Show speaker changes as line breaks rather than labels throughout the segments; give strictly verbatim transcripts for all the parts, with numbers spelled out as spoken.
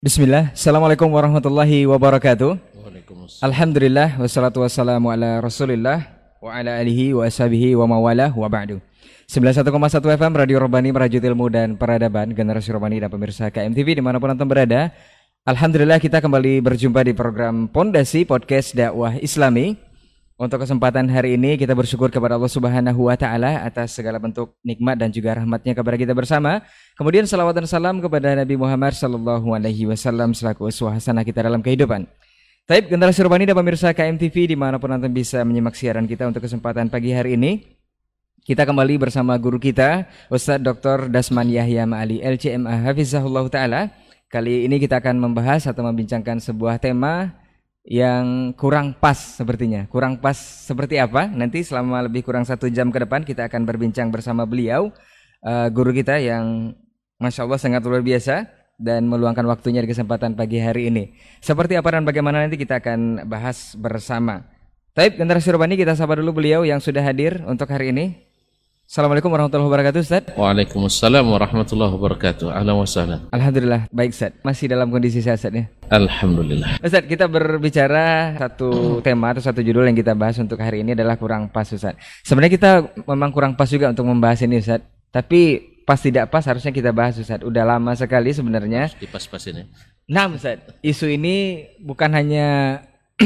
Bismillah, Assalamualaikum warahmatullahi wabarakatuh.
Waalaikumsalam.
Alhamdulillah, wassalatu wassalamu ala rasulillah wa ala alihi wa ashabihi wa mawalah wa ba'du. sembilan puluh satu koma satu F M Radio Robani merajut ilmu dan peradaban generasi Robani dan pemirsa K M T V dimanapun antum berada. Alhamdulillah kita kembali berjumpa di program Pondasi Podcast Dakwah Islami. Untuk kesempatan hari ini kita bersyukur kepada Allah Subhanahu wa taala atas segala bentuk nikmat dan juga rahmatnya kepada kita bersama. Kemudian salawat dan salam kepada Nabi Muhammad sallallahu alaihi wasallam selaku uswah hasanah kita dalam kehidupan. Taib generasi Robani dan pemirsa K M T V dimanapun antum bisa menyimak siaran kita untuk kesempatan pagi hari ini. Kita kembali bersama guru kita Ustadz Doktor Dasman Yahya Ma'ali L C M A Hafizahullah Ta'ala. Kali ini kita akan membahas atau membincangkan sebuah tema yang kurang pas sepertinya. Kurang pas seperti apa? Nanti selama lebih kurang satu jam ke depan kita akan berbincang bersama beliau, uh, guru kita yang Masya Allah sangat luar biasa dan meluangkan waktunya di kesempatan pagi hari ini. Seperti apa dan bagaimana nanti kita akan bahas bersama. Taib generasi Robani, kita sapa dulu beliau yang sudah hadir untuk hari ini. Assalamualaikum warahmatullahi wabarakatuh, Ustaz.
Waalaikumsalam warahmatullahi wabarakatuh. Ahlan wa sahlan.
Alhamdulillah, baik Ustaz. Masih dalam kondisi sehat Ustaz ya?
Alhamdulillah.
Ustaz, kita berbicara satu tema atau satu judul yang kita bahas untuk hari ini adalah kurang pas Ustaz. Sebenarnya kita memang kurang pas juga untuk membahas ini Ustaz. Tapi pas tidak pas harusnya kita bahas Ustaz. Udah lama sekali sebenarnya.
Dipas-pasin ya.
Nah Ustaz, isu ini bukan hanya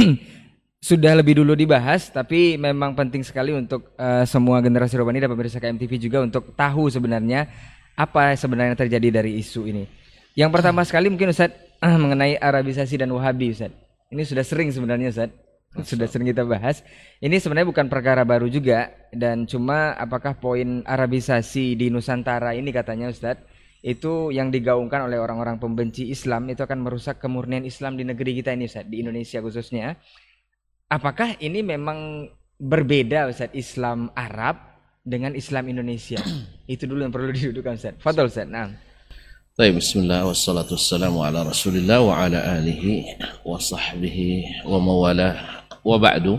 sudah lebih dulu dibahas, tapi memang penting sekali untuk uh, semua generasi Robani dan pemirsa K M T V juga untuk tahu sebenarnya apa sebenarnya terjadi dari isu ini. Yang pertama sekali mungkin Ustaz uh, mengenai Arabisasi dan Wahabi Ustaz. Ini sudah sering sebenarnya Ustaz, sudah sering kita bahas. Ini sebenarnya bukan perkara baru juga, dan cuma apakah poin Arabisasi di Nusantara ini katanya Ustaz, itu yang digaungkan oleh orang-orang pembenci Islam itu akan merusak kemurnian Islam di negeri kita ini Ustaz, di Indonesia khususnya. Apakah ini memang berbeda Ustaz, Islam Arab dengan Islam Indonesia? Itu dulu yang perlu didudukan Ustaz. Fadhol Ustaz. Nah.
Baik, bismillah wassalatu wassalamu ala Rasulillah wa ala alihi wa sahbihi wa mawalah wa ba'du.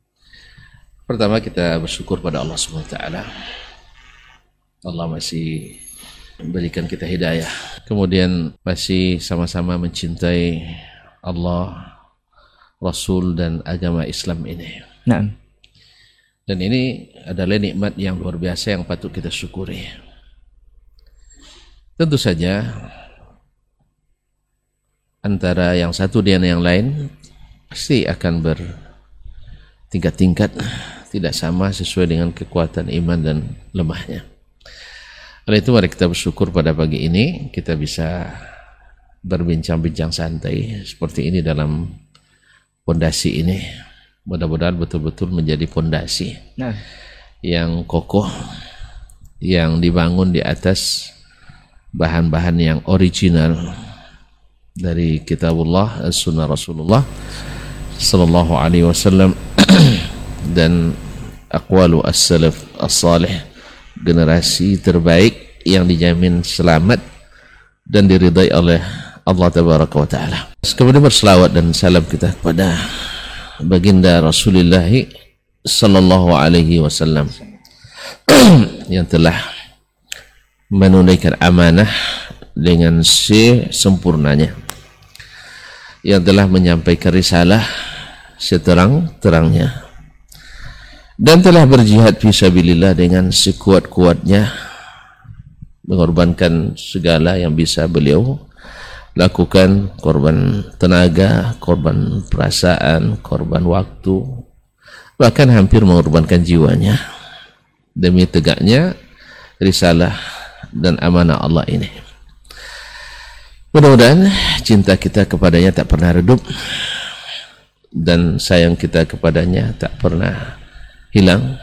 Pertama kita bersyukur pada Allah Subhanahu wa taala. Allah masih berikan kita hidayah. Kemudian masih sama-sama mencintai Allah, Rasul dan agama Islam ini.
Nah.
Dan ini adalah nikmat yang luar biasa yang patut kita syukuri. Tentu saja antara yang satu dan yang lain pasti akan bertingkat-tingkat, tidak sama sesuai dengan kekuatan iman dan lemahnya. Oleh itu mari kita bersyukur pada pagi ini kita bisa berbincang-bincang santai seperti ini dalam pondasi ini. Mudah-mudahan betul-betul menjadi pondasi
nah.
yang kokoh, yang dibangun di atas bahan-bahan yang original dari kitabullah, sunnah Rasulullah sallallahu alaihi wasallam dan aqwalu as-salaf as-salih, generasi terbaik yang dijamin selamat dan diridai oleh Allah tabaraka wa taala. Kemudian berselawat dan salam kita kepada baginda Rasulullah sallallahu alaihi wasallam yang telah menunaikan amanah dengan sesempurnanya, yang telah menyampaikan risalah seterang-terangnya dan telah berjihad fisabilillah dengan sekuat-kuatnya, mengorbankan segala yang bisa beliau lakukan, korban tenaga, korban perasaan, korban waktu, bahkan hampir mengorbankan jiwanya demi tegaknya risalah dan amanah Allah ini. Mudah-mudahan cinta kita kepadanya tak pernah redup dan sayang kita kepadanya tak pernah hilang.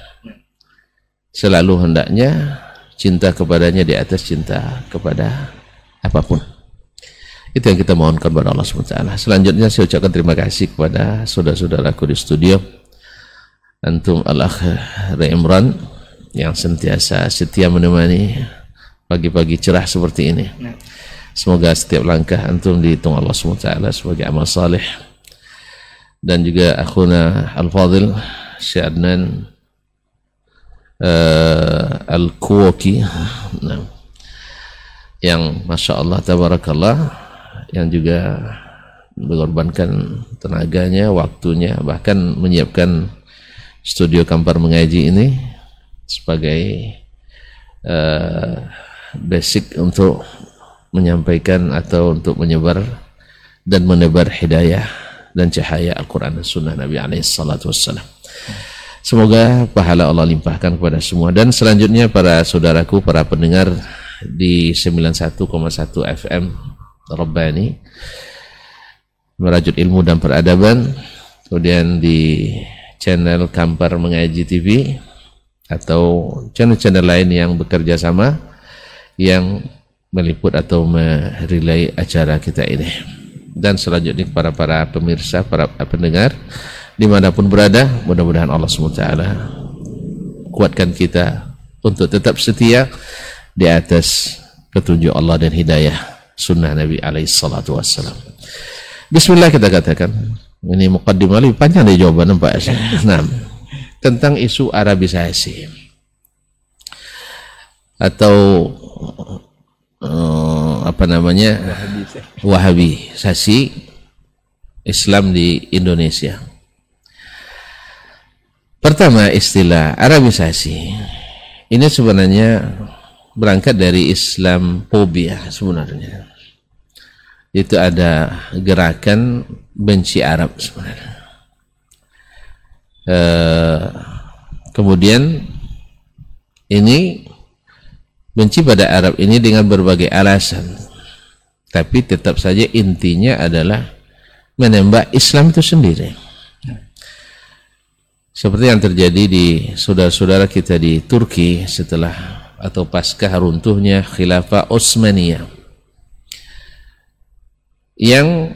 Selalu hendaknya cinta kepadanya di atas cinta kepada apapun. Itu yang kita mohonkan kepada Allah subhanahu wa taala. Selanjutnya saya ucapkan terima kasih kepada saudara-saudaraku di studio, antum Al-Akh Imran yang sentiasa setia menemani pagi-pagi cerah seperti ini. Semoga setiap langkah antum dihitung Allah subhanahu wa taala sebagai amal saleh. Dan juga akhuna Al-Fadil Syekh Adnan uh, Al-Kuwaki, nah, yang Masya Allah Tabarakallah yang juga mengorbankan tenaganya, waktunya, bahkan menyiapkan studio Kampar Mengaji ini sebagai uh, basic untuk menyampaikan atau untuk menyebar dan menebar hidayah dan cahaya Al-Quran dan Sunnah Nabi alaihi salatu wassalam. Semoga pahala Allah limpahkan kepada semua. Dan selanjutnya para saudaraku, para pendengar di sembilan puluh satu koma satu F M Rabbani, Merajut Ilmu dan Peradaban, kemudian di channel Kampar Mengaji T V atau channel-channel lain yang bekerja sama yang meliput atau merelay acara kita ini. Dan selanjutnya para para pemirsa, para pendengar dimanapun berada, mudah-mudahan Allah subhanahu wa taala kuatkan kita untuk tetap setia di atas petunjuk Allah dan hidayah sunnah Nabi alaihi salatu wassalam. Bismillah kita katakan. Ini muqaddimah lebih panjang dari jawaban Pak Syekh. Nah, tentang isu Arabisasi atau uh, apa namanya Wahabisasi Islam di Indonesia. Pertama, istilah Arabisasi ini sebenarnya berangkat dari Islamophobia sebenarnya. Itu ada gerakan benci Arab sebenarnya. E, kemudian ini benci pada Arab ini dengan berbagai alasan, tapi tetap saja intinya adalah menembak Islam itu sendiri. Seperti yang terjadi di saudara-saudara kita di Turki setelah atau pasca runtuhnya Khilafah Utsmaniyah, yang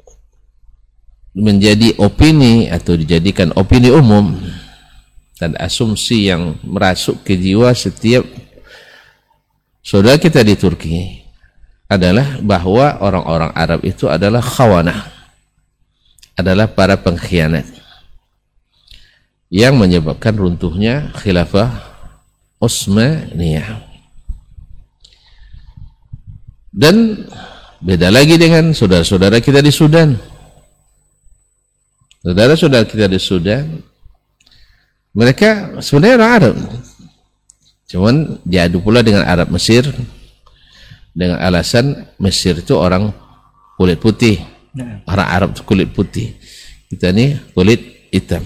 menjadi opini atau dijadikan opini umum dan asumsi yang merasuk ke jiwa setiap saudara kita di Turki adalah bahwa orang-orang Arab itu adalah khawanah, adalah para pengkhianat yang menyebabkan runtuhnya Khilafah Utsmaniyah. Dan beda lagi dengan saudara-saudara kita di Sudan. Saudara-saudara kita di Sudan, mereka sebenarnya orang Arab, cuman diadu pula dengan Arab Mesir dengan alasan Mesir itu orang kulit putih, orang Arab itu kulit putih, kita ini kulit hitam.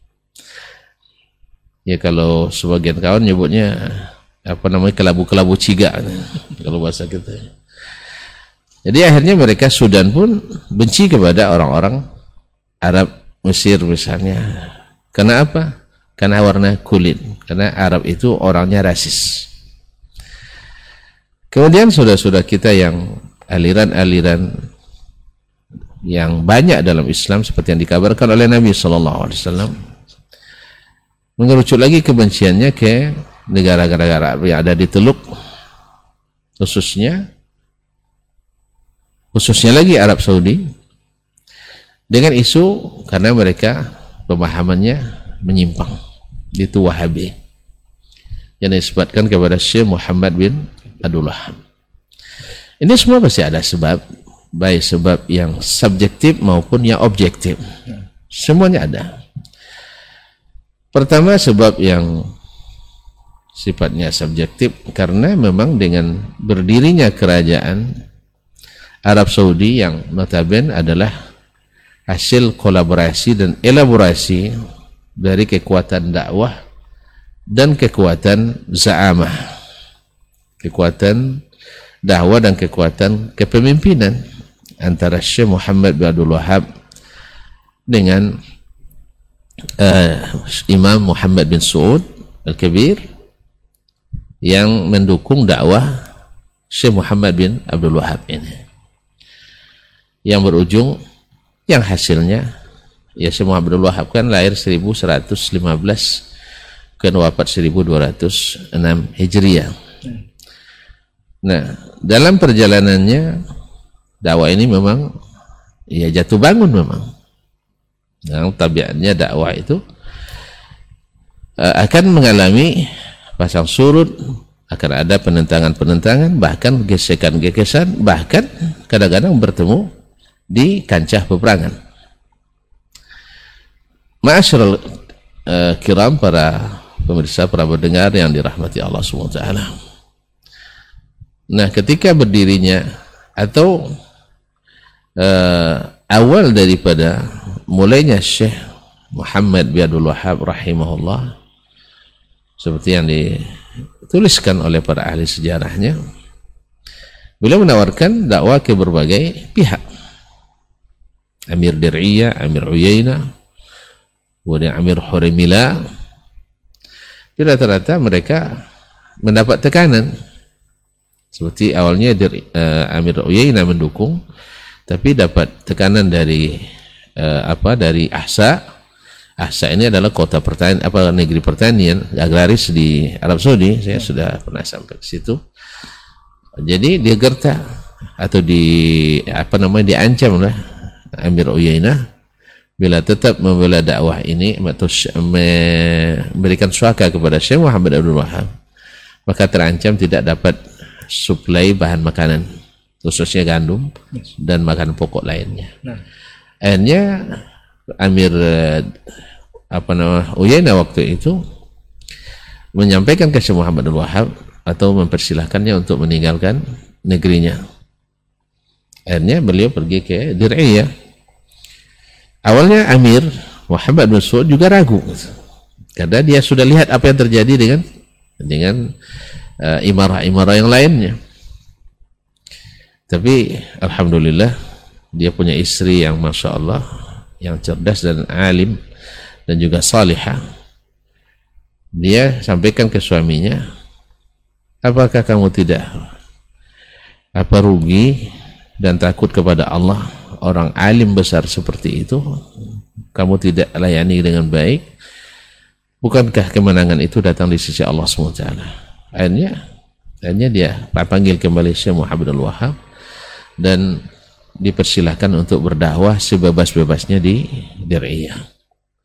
Ya kalau sebagian kawan nyebutnya apa namanya kelabu-kelabu ciga kalau bahasa kita. Jadi akhirnya mereka Sudan pun benci kepada orang-orang Arab Mesir misalnya. Karena apa? Karena warna kulit. Karena Arab itu orangnya rasis. Kemudian saudara-saudara kita yang aliran-aliran yang banyak dalam Islam seperti yang dikabarkan oleh Nabi sallallahu alaihi wasallam mengerucut lagi kebenciannya ke negara-negara Arab yang ada di Teluk, khususnya khususnya lagi Arab Saudi, dengan isu karena mereka pemahamannya menyimpang, itu Wahabi yang disebutkan kepada Syekh Muhammad bin Abdullah. Ini semua pasti ada sebab, baik sebab yang subjektif maupun yang objektif, semuanya ada. Pertama, sebab yang sifatnya subjektif karena memang dengan berdirinya kerajaan Arab Saudi yang notabene adalah hasil kolaborasi dan elaborasi dari kekuatan dakwah dan kekuatan za'amah, kekuatan dakwah dan kekuatan kepemimpinan antara Syekh Muhammad bin Abdul Wahab dengan uh, Imam Muhammad bin Saud Al-Kabir yang mendukung dakwah Syekh Muhammad bin Abdul Wahab ini, yang berujung yang hasilnya ya Syekh Muhammad bin Abdul Wahab kan lahir seribu seratus lima belas ke wafat seribu dua ratus enam Hijriah. Nah, dalam perjalanannya dakwah ini memang ya jatuh bangun memang. Yang tabiatnya dakwah itu uh, akan mengalami pasang surut, akan ada penentangan-penentangan, bahkan gesekan-gesekan, bahkan kadang-kadang bertemu di kancah peperangan. Ma'asyiral uh, kiram, para pemirsa, para pendengar yang dirahmati Allah subhanahu wa taala. Nah, ketika berdirinya atau uh, awal daripada mulainya Syekh Muhammad bin Abdul Wahhab rahimahullah, seperti yang dituliskan oleh para ahli sejarahnya, beliau menawarkan dakwah ke berbagai pihak. Amir Dir'iyah, Amir Uyainah, kemudian Amir Hurimila. Rata-rata mereka mendapat tekanan. Seperti awalnya uh, Amir Uyainah mendukung, tapi dapat tekanan dari uh, apa dari Ahsa. Ahsa ini adalah kota pertanian, apa negeri pertanian agraris di Arab Saudi. Saya sudah pernah sampai ke situ. Jadi dia gerta atau di apa namanya diancam lah Amir Uyainah bila tetap membela dakwah ini atau memberikan suaka kepada Syekh Muhammad Abdul Wahhab, maka terancam tidak dapat suplai bahan makanan, khususnya gandum dan makanan pokok lainnya. Nah. Akhirnya Amir apa nama Uyainah waktu itu menyampaikan ke Syekh Muhammad Abdul Wahhab atau mempersilahkannya untuk meninggalkan negerinya. Akhirnya beliau pergi ke Dir'iyah. Awalnya Amir Muhammad bin Saud juga ragu karena dia sudah lihat apa yang terjadi dengan dengan uh, imarah-imarah yang lainnya. Tapi alhamdulillah dia punya istri yang masya Allah, yang cerdas dan alim dan juga salihah. Dia sampaikan ke suaminya, apakah kamu tidak apa rugi dan takut kepada Allah, orang alim besar seperti itu kamu tidak layani dengan baik? Bukankah kemenangan itu datang di sisi Allah subhanahu wa taala? Akhirnya, akhirnya dia panggil kembali Syekh Muhammad Abdul Wahhab dan dipersilahkan untuk berdakwah sebebas-bebasnya di Dir'iyah.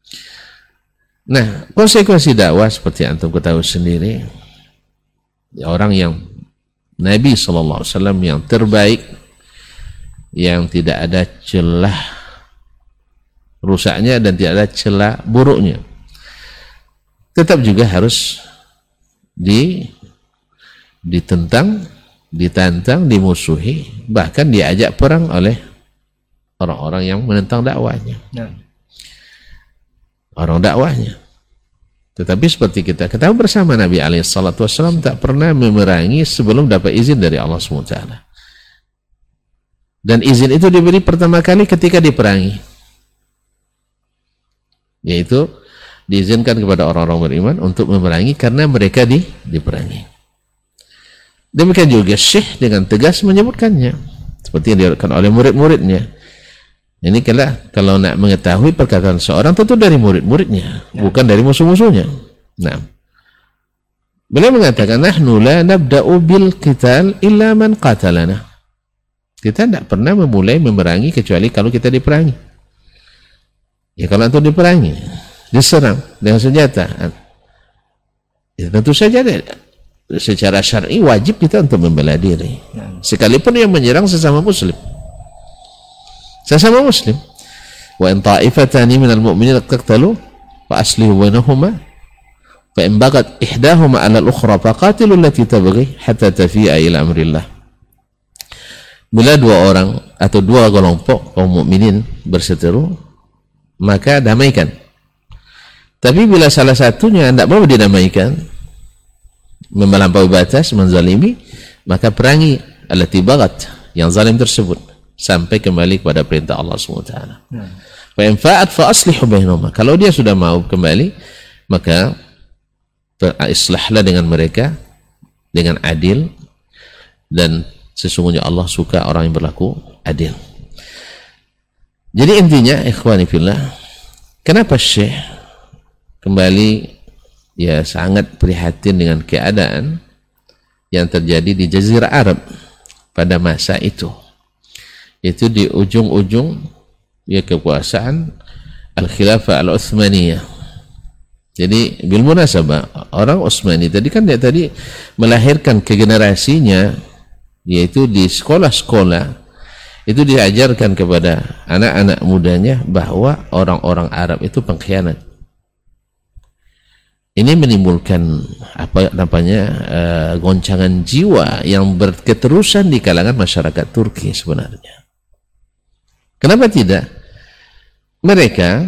Nah, konsekuensi dakwah seperti antum ketahui sendiri, ya, orang yang Nabi shallallahu alaihi wasallam yang terbaik, yang tidak ada celah rusaknya dan tidak ada celah buruknya, tetap juga harus di ditentang, ditantang, dimusuhi, bahkan diajak perang oleh orang-orang yang menentang dakwahnya. Nah. Orang dakwahnya. Tetapi seperti kita ketahui bersama, Nabi alaihi salatu wassalam tak pernah memerangi sebelum dapat izin dari Allah subhanahu wa taala. Dan izin itu diberi pertama kali ketika diperangi, yaitu diizinkan kepada orang-orang beriman untuk memerangi karena mereka di, diperangi. Demikian juga Syekh dengan tegas menyebutkannya, seperti yang dilakukan oleh murid-muridnya. Ini kalau, kalau nak mengetahui perkataan seorang tentu dari murid-muridnya, ya, bukan dari musuh-musuhnya. Nah, beliau mengatakan, nahnu la nabda'u bil qital illa man qatalana. Kita tidak pernah memulai memerangi kecuali kalau kita diperangi. Ya, kalau antum diperangi, diserang dengan senjata, ya tentu saja secara syar'i wajib kita untuk membela diri, sekalipun yang menyerang sesama muslim. Sesama muslim. Wa in ta'ifatani minal mu'minin iqtatalu fa aslihu bainahuma fa in baghat ihdahuma 'ala al-ukhra faqatilu allati tabghi hatta tafi'a ila amrillah. Bila dua orang atau dua kelompok kaum mukminin berseteru, maka damaikan. Tapi bila salah satunya tidak mau didamaikan, melampaui batas, menzalimi, maka perangi allati baghat, yang zalim tersebut, sampai kembali kepada perintah Allah subhanahu wa taala. Fa in fa'at fa aslihu bainahuma. Kalau dia sudah mau kembali, maka islahlah dengan mereka dengan adil, dan sesungguhnya Allah suka orang yang berlaku adil. Jadi intinya, ikhwani fillah, kenapa Syekh kembali ya sangat prihatin dengan keadaan yang terjadi di Jazirah Arab pada masa itu. Itu di ujung-ujung ya kekuasaan Al-Khilafah Al-Uthmaniyah. Jadi bil munasabah, orang Utsmani tadi kan dia tadi melahirkan ke generasinya, yaitu di sekolah-sekolah itu diajarkan kepada anak-anak mudanya bahwa orang-orang Arab itu pengkhianat. Ini menimbulkan apa namanya uh, goncangan jiwa yang berketerusan di kalangan masyarakat Turki sebenarnya. Kenapa tidak? Mereka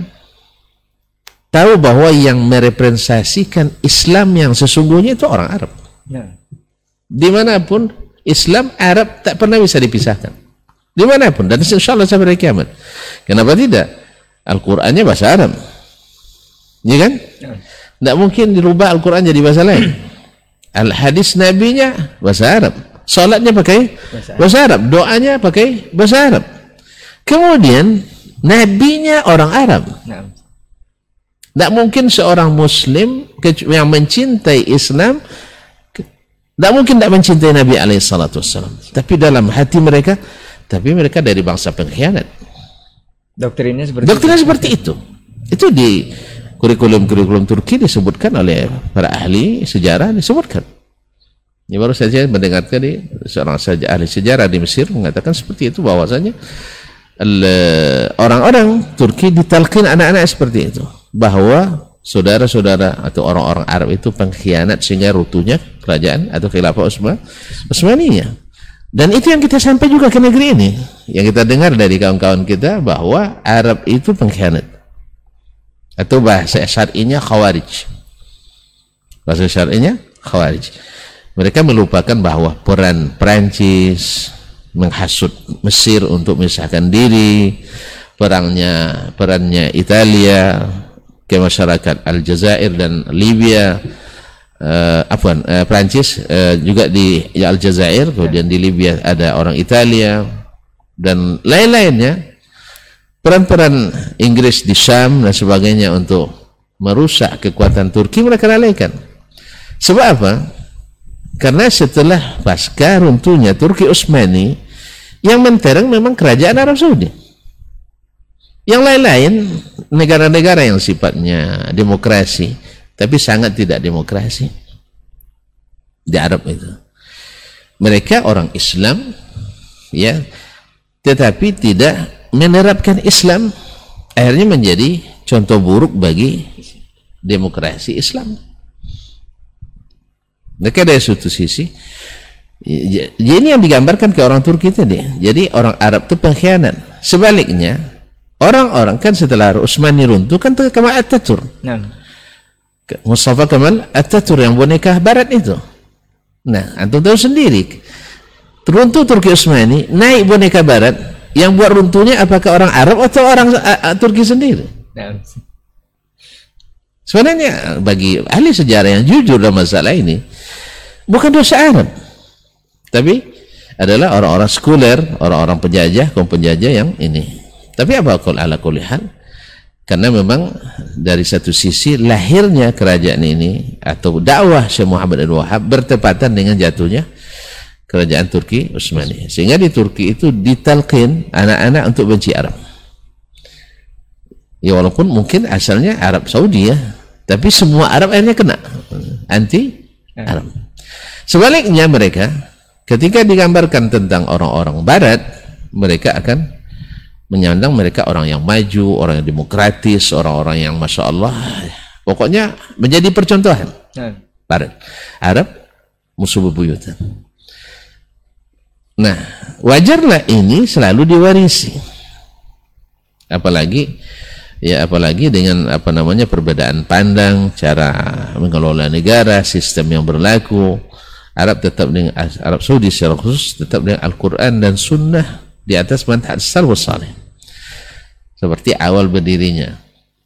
tahu bahwa yang merepresentasikan Islam yang sesungguhnya itu orang Arab. Ya. Dimanapun Islam Arab tak pernah bisa dipisahkan. Dimanapun, dan insya Allah sampai kiamat. Kenapa tidak? Al-Qurannya bahasa Arab, ya kan? Ya. Tidak mungkin dirubah Al-Quran jadi bahasa lain. Al-hadis nabinya bahasa Arab, salatnya pakai bahasa Arab. bahasa Arab, doanya pakai bahasa Arab. Kemudian nabinya orang Arab. Nah. Tidak mungkin seorang Muslim yang mencintai Islam, tidak mungkin tidak mencintai Nabi alaihi salatu wassalam. Tapi dalam hati mereka, tapi mereka dari bangsa pengkhianat.
Doktrinnya seperti
Doktrinnya
itu.
seperti itu. Itu di kurikulum-kurikulum Turki disebutkan oleh para ahli sejarah, disebutkan. Ini baru saja mendengar tadi seorang saja ahli sejarah di Mesir mengatakan seperti itu, bahwasanya orang-orang Turki ditalkin anak-anak seperti itu, bahwa saudara-saudara atau orang-orang Arab itu pengkhianat sehingga runtuhnya kerajaan atau khilafah Utsman Utsmaniyah. Dan itu yang kita sampai juga ke negeri ini, yang kita dengar dari kawan-kawan kita bahwa Arab itu pengkhianat, atau bahasa syar'inya khawarij. Bahasa syar'inya khawarij. Mereka melupakan bahwa peran Perancis menghasut Mesir untuk memisahkan diri, perangnya perannya Italia ke masyarakat Aljazair dan Libya, uh, afwan, uh, Perancis uh, juga di ya, Aljazair, kemudian di Libya ada orang Italia dan lain-lainnya. Peran-peran Inggris di Syam dan sebagainya untuk merusak kekuatan Turki mereka lalaikan. Sebab apa? Karena setelah pasca runtuhnya Turki Utsmani, yang mentereng memang kerajaan Arab Saudi. Yang lain-lain negara-negara yang sifatnya demokrasi, tapi sangat tidak demokrasi di Arab itu. Mereka orang Islam, ya, tetapi tidak menerapkan Islam, akhirnya menjadi contoh buruk bagi demokrasi Islam. Mereka dari suatu sisi, ini yang digambarkan ke orang Turki tadi. Jadi orang Arab itu pengkhianat. Sebaliknya, orang-orang kan setelah Utsmani runtuh kan Kemal Atatürk. Nah. Mustafa Kemal Atatürk yang boneka Barat itu. Nah, antum tahu sendiri, runtuh Turki Utsmani, naik boneka Barat. Yang buat runtuhnya apakah orang Arab atau orang uh, uh, Turki sendiri? Nah. Sebenarnya bagi ahli sejarah yang jujur dalam masalah ini, bukan dosa Arab, tapi adalah orang-orang sekuler, orang-orang penjajah, kaum penjajah yang ini. Tapi apa qul ala kulli hal? Karena memang dari satu sisi lahirnya kerajaan ini atau dakwah Syekh Muhammad bin Wahab bertepatan dengan jatuhnya kerajaan Turki Utsmani, sehingga di Turki itu ditalqin anak-anak untuk benci Arab. Ya walaupun mungkin asalnya Arab Saudi ya, tapi semua Arab akhirnya kena anti Arab. Sebaliknya mereka ketika digambarkan tentang orang-orang Barat, mereka akan menyandang mereka orang yang maju, orang yang demokratis, orang-orang yang masya Allah, pokoknya menjadi percontohan. Barat, Arab musuh bebuyutan. Nah, wajarlah ini selalu diwarisi. Apalagi ya apalagi dengan apa namanya perbedaan pandang, cara mengelola negara, sistem yang berlaku. Arab tetap dengan Arab Saudi secara khusus tetap dengan Al-Qur'an dan Sunnah di atas manhaj salafus saleh. Seperti awal berdirinya.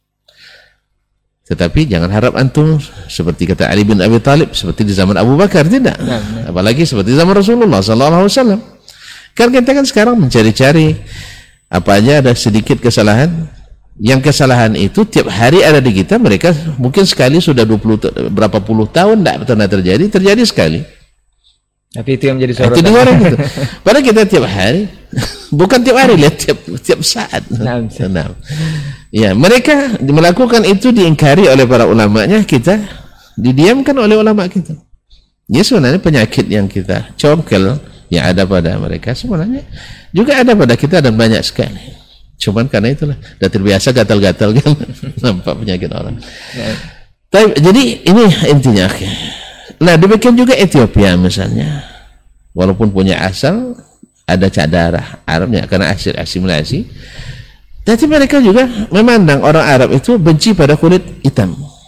Tetapi jangan harap antum seperti kata Ali bin Abi Thalib seperti di zaman Abu Bakar, tidak. Nah, nah. Apalagi seperti zaman Rasulullah sallallahu alaihi wasallam. Karena kita kan sekarang mencari-cari apa aja ada sedikit kesalahan. Yang kesalahan itu tiap hari ada di kita, mereka mungkin sekali sudah dua puluh berapa puluh tahun tidak pernah terjadi, terjadi sekali.
Tapi itu yang menjadi sorotan.
Itu orang itu. Padahal kita tiap hari, bukan tiap hari, lihat tiap tiap saat. Nah, nah. Ya, mereka melakukan itu diingkari oleh para ulamanya, kita didiamkan oleh ulama kita. Ya sebenarnya penyakit yang kita congkel yang ada pada mereka sebenarnya juga ada pada kita dan banyak sekali. Cuman karena itulah sudah terbiasa gatal-gatal kan nampak penyakit orang. Ya. Tapi, jadi ini intinya. Nah demikian juga Ethiopia misalnya, walaupun punya asal ada cadarah Arabnya karena hasil asimilasi, tapi mereka juga memandang orang Arab itu benci pada kulit hitam.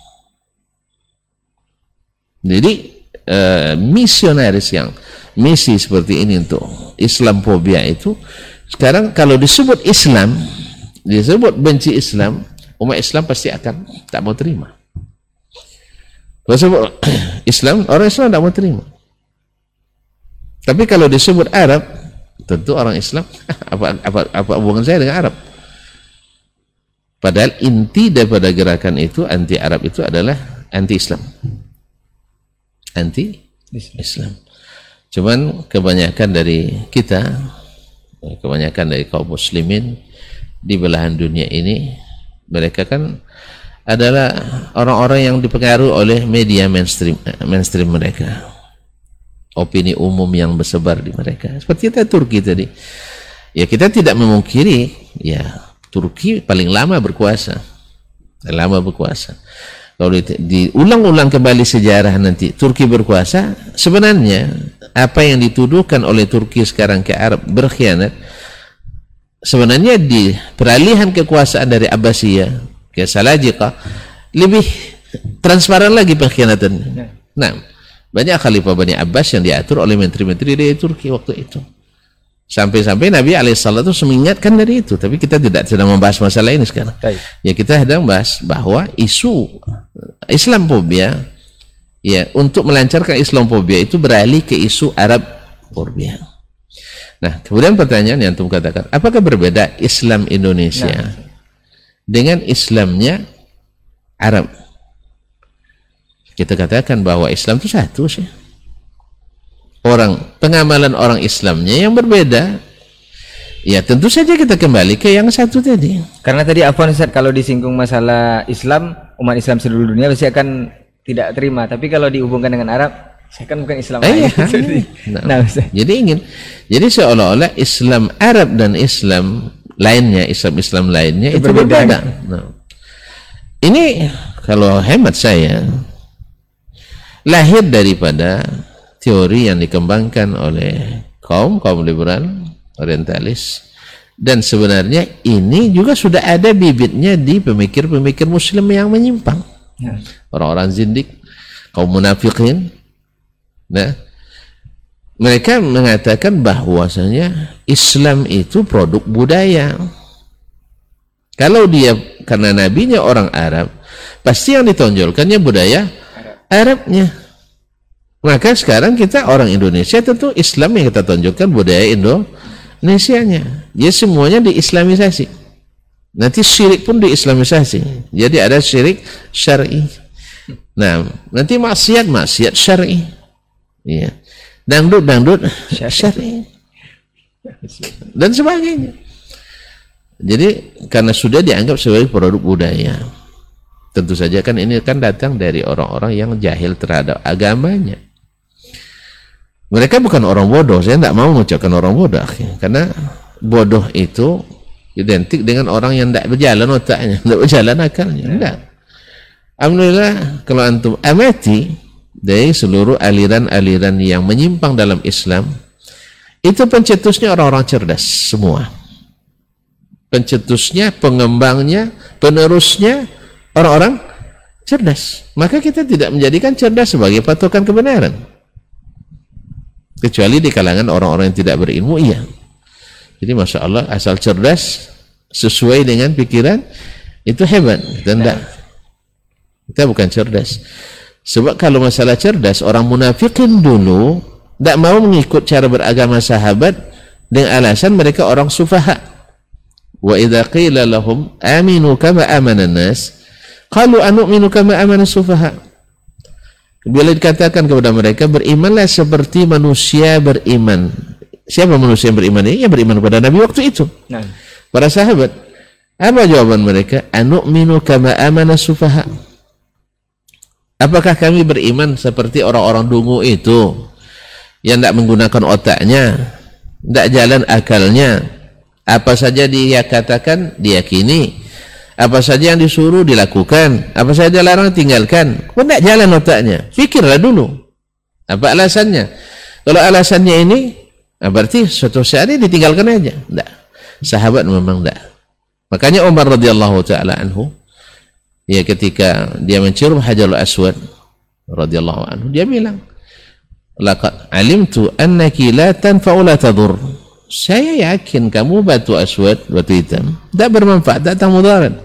Jadi Uh, misionaris yang misi seperti ini untuk Islamophobia itu sekarang kalau disebut Islam, disebut benci Islam, umat Islam pasti akan tak mau terima. Kalau disebut Islam, orang Islam tak mau terima. Tapi kalau disebut Arab, tentu orang Islam apa apa apa hubungan saya dengan Arab? Padahal inti daripada gerakan itu anti Arab itu adalah anti Islam. Anti Islam. Cuman kebanyakan dari kita, kebanyakan dari kaum muslimin di belahan dunia ini, mereka kan adalah orang-orang yang dipengaruhi oleh media mainstream mainstream mereka, opini umum yang bersebar di mereka. Seperti kita Turki tadi, ya kita tidak memungkiri, ya Turki paling lama berkuasa, lama berkuasa. Kalau diulang-ulang kembali sejarah nanti Turki berkuasa, sebenarnya apa yang dituduhkan oleh Turki sekarang ke Arab berkhianat, sebenarnya di peralihan kekuasaan dari Abbasiyah ke Salajika lebih transparan lagi pengkhianatannya. Nah, banyak khalifah Bani Abbas yang diatur oleh menteri-menteri dari Turki waktu itu. Sampai-sampai Nabi alaihissalam itu mengingatkan dari itu, tapi kita tidak sedang membahas masalah ini sekarang. Baik. Ya kita sedang bahas bahwa isu Islamophobia, ya untuk melancarkan Islamophobia itu beralih ke isu Arab-phobia. Nah, kemudian pertanyaan yang antum katakan, apakah berbeda Islam Indonesia nah. dengan Islamnya Arab? Kita katakan bahwa Islam itu satu sih. Orang pengamalan orang Islamnya yang berbeda, ya tentu saja kita kembali ke yang satu tadi.
Karena tadi Afwan Ustaz, kalau disinggung masalah Islam, umat Islam seluruh dunia pasti akan tidak terima. Tapi kalau dihubungkan dengan Arab, saya kan bukan Islam.
Eh, nah, nah, jadi ingin, jadi seolah-olah Islam Arab dan Islam lainnya, Islam-Islam lainnya itu, itu berbeda. berbeda. Nah, ini kalau hemat saya lahir daripada teori yang dikembangkan oleh kaum kaum liberal orientalis, dan sebenarnya ini juga sudah ada bibitnya di pemikir-pemikir muslim yang menyimpang, ya. Orang-orang zindik, kaum munafikin. Nah, mereka mengatakan bahwasanya Islam itu produk budaya. Kalau dia karena nabinya orang Arab, pasti yang ditonjolkannya budaya Arab. Arabnya. Maka sekarang kita orang Indonesia tentu Islam yang kita tunjukkan budaya Indonesianya. Jadi semuanya diislamisasi. Nanti syirik pun diislamisasi. Jadi ada syirik syar'i. Nah, nanti maksiat maksiat syar'i. Iya. Dangdut dangdut syar'i. Dan sebagainya. Jadi karena sudah dianggap sebagai produk budaya. Tentu saja kan ini kan datang dari orang-orang yang jahil terhadap agamanya. Mereka bukan orang bodoh, saya tidak mau mengucapkan orang bodoh, karena bodoh itu identik dengan orang yang tidak berjalan otaknya, tidak berjalan akalnya. Tidak. Alhamdulillah kalau antum amati dari seluruh aliran-aliran yang menyimpang dalam Islam, itu pencetusnya orang-orang cerdas semua. Pencetusnya, pengembangnya, penerusnya orang-orang cerdas. Maka kita tidak menjadikan cerdas sebagai patokan kebenaran. Kecuali di kalangan orang-orang yang tidak berilmu, iya. Jadi Masya Allah, asal cerdas sesuai dengan pikiran itu hebat. Dan tidak, kita bukan cerdas. Sebab kalau masalah cerdas, orang munafikin dulu tidak mau mengikut cara beragama sahabat dengan alasan mereka orang sufaha. Wa idza qila lahum aminu kama amana nas qalu anu'minu kama amana sufaha. Bila dikatakan kepada mereka berimanlah seperti manusia beriman. Siapa manusia yang beriman ini? Yang beriman kepada Nabi waktu itu. Nah. Para sahabat. Apa jawaban mereka? Anu'minu kama amana sufaha. Apakah kami beriman seperti orang-orang dungu itu yang tidak menggunakan otaknya, tidak jalan akalnya, apa saja dia katakan diyakini, apa saja yang disuruh dilakukan, apa saja larang tinggalkan, kok tidak jalan otaknya? Pikirlah dulu apa alasannya. Kalau alasannya ini, berarti suatu saat ini ditinggalkan aja. Tidak, sahabat memang tidak. Makanya Umar radhiyallahu taala anhu, ya ketika dia mencium Hajarul Aswad radhiyallahu anhu, dia bilang, laqad alimtu annaki la tanfa'u la tadur. Saya yakin kamu batu aswad, batu hitam, tidak bermanfaat, tidak datang mudarat.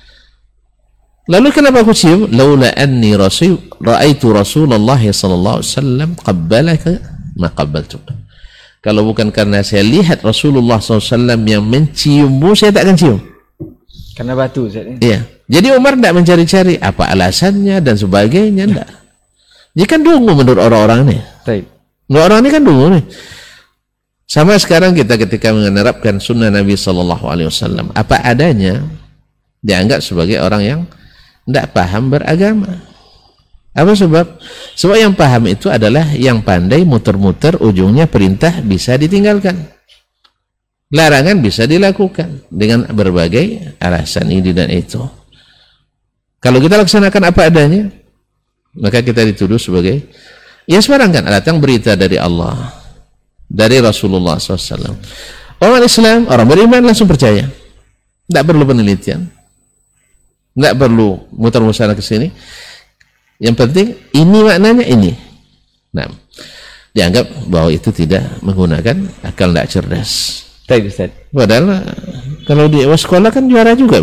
Lalu kenapa aku cium? Laula anni rasul raaitu Rasulullah sallallahu alaihi wasallam qabbalaka ma qabbaltuka. Kalau bukan karena saya lihat Rasulullah sallallahu alaihi wasallam yang menciummu, saya tak akan cium.
Karena batu, Ustaz.
Iya. Jadi Umar tidak mencari-cari apa alasannya dan sebagainya, tidak. Dia kan dungu menurut orang-orang ini.
Baik.
Menurut orang ini kan dungu nih. Sama sekarang kita ketika menerapkan sunnah Nabi Sallallahu Alaihi Wasallam apa adanya, dianggap sebagai orang yang tidak paham beragama. Apa sebab? Sebab yang paham itu adalah yang pandai muter-muter, ujungnya perintah bisa ditinggalkan, larangan bisa dilakukan dengan berbagai alasan ini dan itu. Kalau kita laksanakan apa adanya, maka kita dituduh sebagai ya sembarang kan. Datang berita dari Allah, dari Rasulullah shallallahu alaihi wasallam. Orang Islam, orang beriman langsung percaya, tidak perlu penelitian, tidak perlu muter-muter ke sini. Yang penting ini maknanya ini. Nah, dianggap bahwa itu tidak menggunakan akal, tidak cerdas.
Baik, Ustaz.
Padahal kalau di sekolah kan juara juga.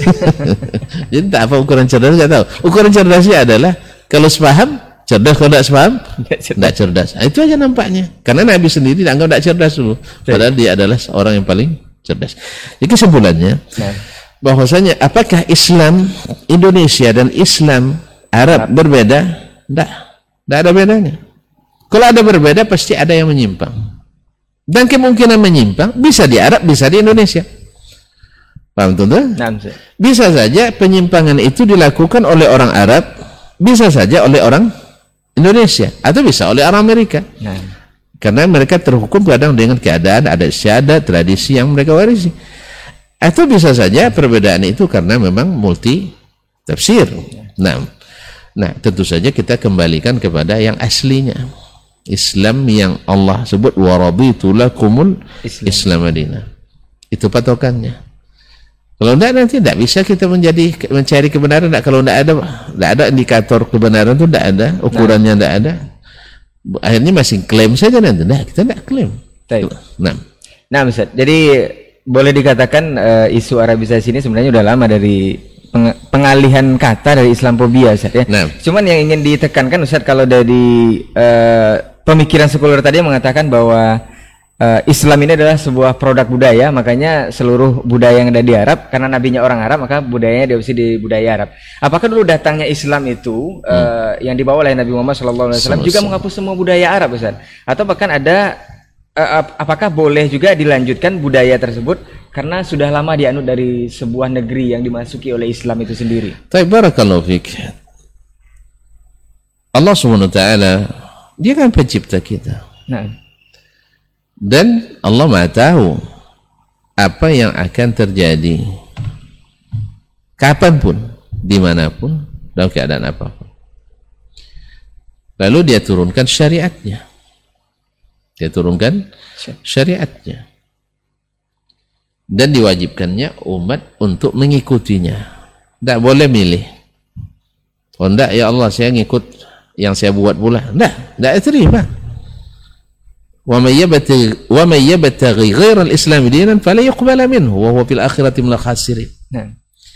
Jadi tak apa ukuran cerdas, nggak tahu. Ukuran cerdasnya adalah kalau sepaham cerdas, kalau tidak sepaham tidak cerdas. Nah, itu aja nampaknya. Karena Nabi sendiri dianggap tidak cerdas dulu. Padahal dia adalah orang yang paling cerdas. Jadi kesimpulannya, nah, bahwasanya apakah Islam Indonesia dan Islam Arab berbeda? Tidak, tidak ada bedanya. Kalau ada berbeda pasti ada yang menyimpang. Dan kemungkinan menyimpang bisa di Arab, bisa di Indonesia. Paham tuh? Bisa saja penyimpangan itu dilakukan oleh orang Arab, bisa saja oleh orang Indonesia, atau bisa oleh orang Amerika. Nah. Karena mereka terhukum kadang dengan keadaan adat istiadat, tradisi yang mereka warisi. Atau bisa saja perbedaan itu karena memang multi tafsir. Nah, nah tentu saja kita kembalikan kepada yang aslinya. Islam yang Allah sebut warabitu lakumul Islam, Islam Madinah. Itu patokannya. Kalau tidak nanti tidak bisa kita menjadi mencari kebenaran. Tidak, kalau tidak ada tidak ada indikator kebenaran itu tidak ada, ukurannya tidak nah. ada. Akhirnya masih klaim saja nanti. Nah, kita tidak klaim. Nah,
nah Ustaz. Jadi boleh dikatakan uh, isu Arabisasi ini sebenarnya sudah lama dari peng pengalihan kata dari Islamophobia, Ustaz, ya. Nah. Cuman yang ingin ditekankan, Ustaz, kalau dari uh, pemikiran sekuler tadi mengatakan bahwa uh, Islam ini adalah sebuah produk budaya, makanya seluruh budaya yang ada di Arab, karena nabinya orang Arab, maka budayanya diadopsi di budaya Arab. Apakah dulu datangnya Islam itu uh, hmm. yang dibawa oleh Nabi Muhammad shallallahu alaihi wasallam juga menghapus semua budaya Arab, Ustaz? Atau bahkan ada uh, apakah boleh juga dilanjutkan budaya tersebut karena sudah lama dianut dari sebuah negeri yang dimasuki oleh Islam itu sendiri?
Baik, barakallahu fik. Allah subhanahu wa ta'ala, dia kan pencipta kita. Nah. Dan Allah Maha tahu apa yang akan terjadi kapanpun, dimanapun, dalam keadaan apapun. Lalu dia turunkan syariatnya. Dia turunkan syariatnya. Dan diwajibkannya umat untuk mengikutinya. Tidak boleh milih. Oh tidak, ya Allah saya ngikut yang saya buat pula. Tidak, tidak terima. Wa may yabtaghi wa may yabtaghi ghayra al-islam dinan fala yuqbala minhu wa huwa fil akhirati minal khasirin. Nah.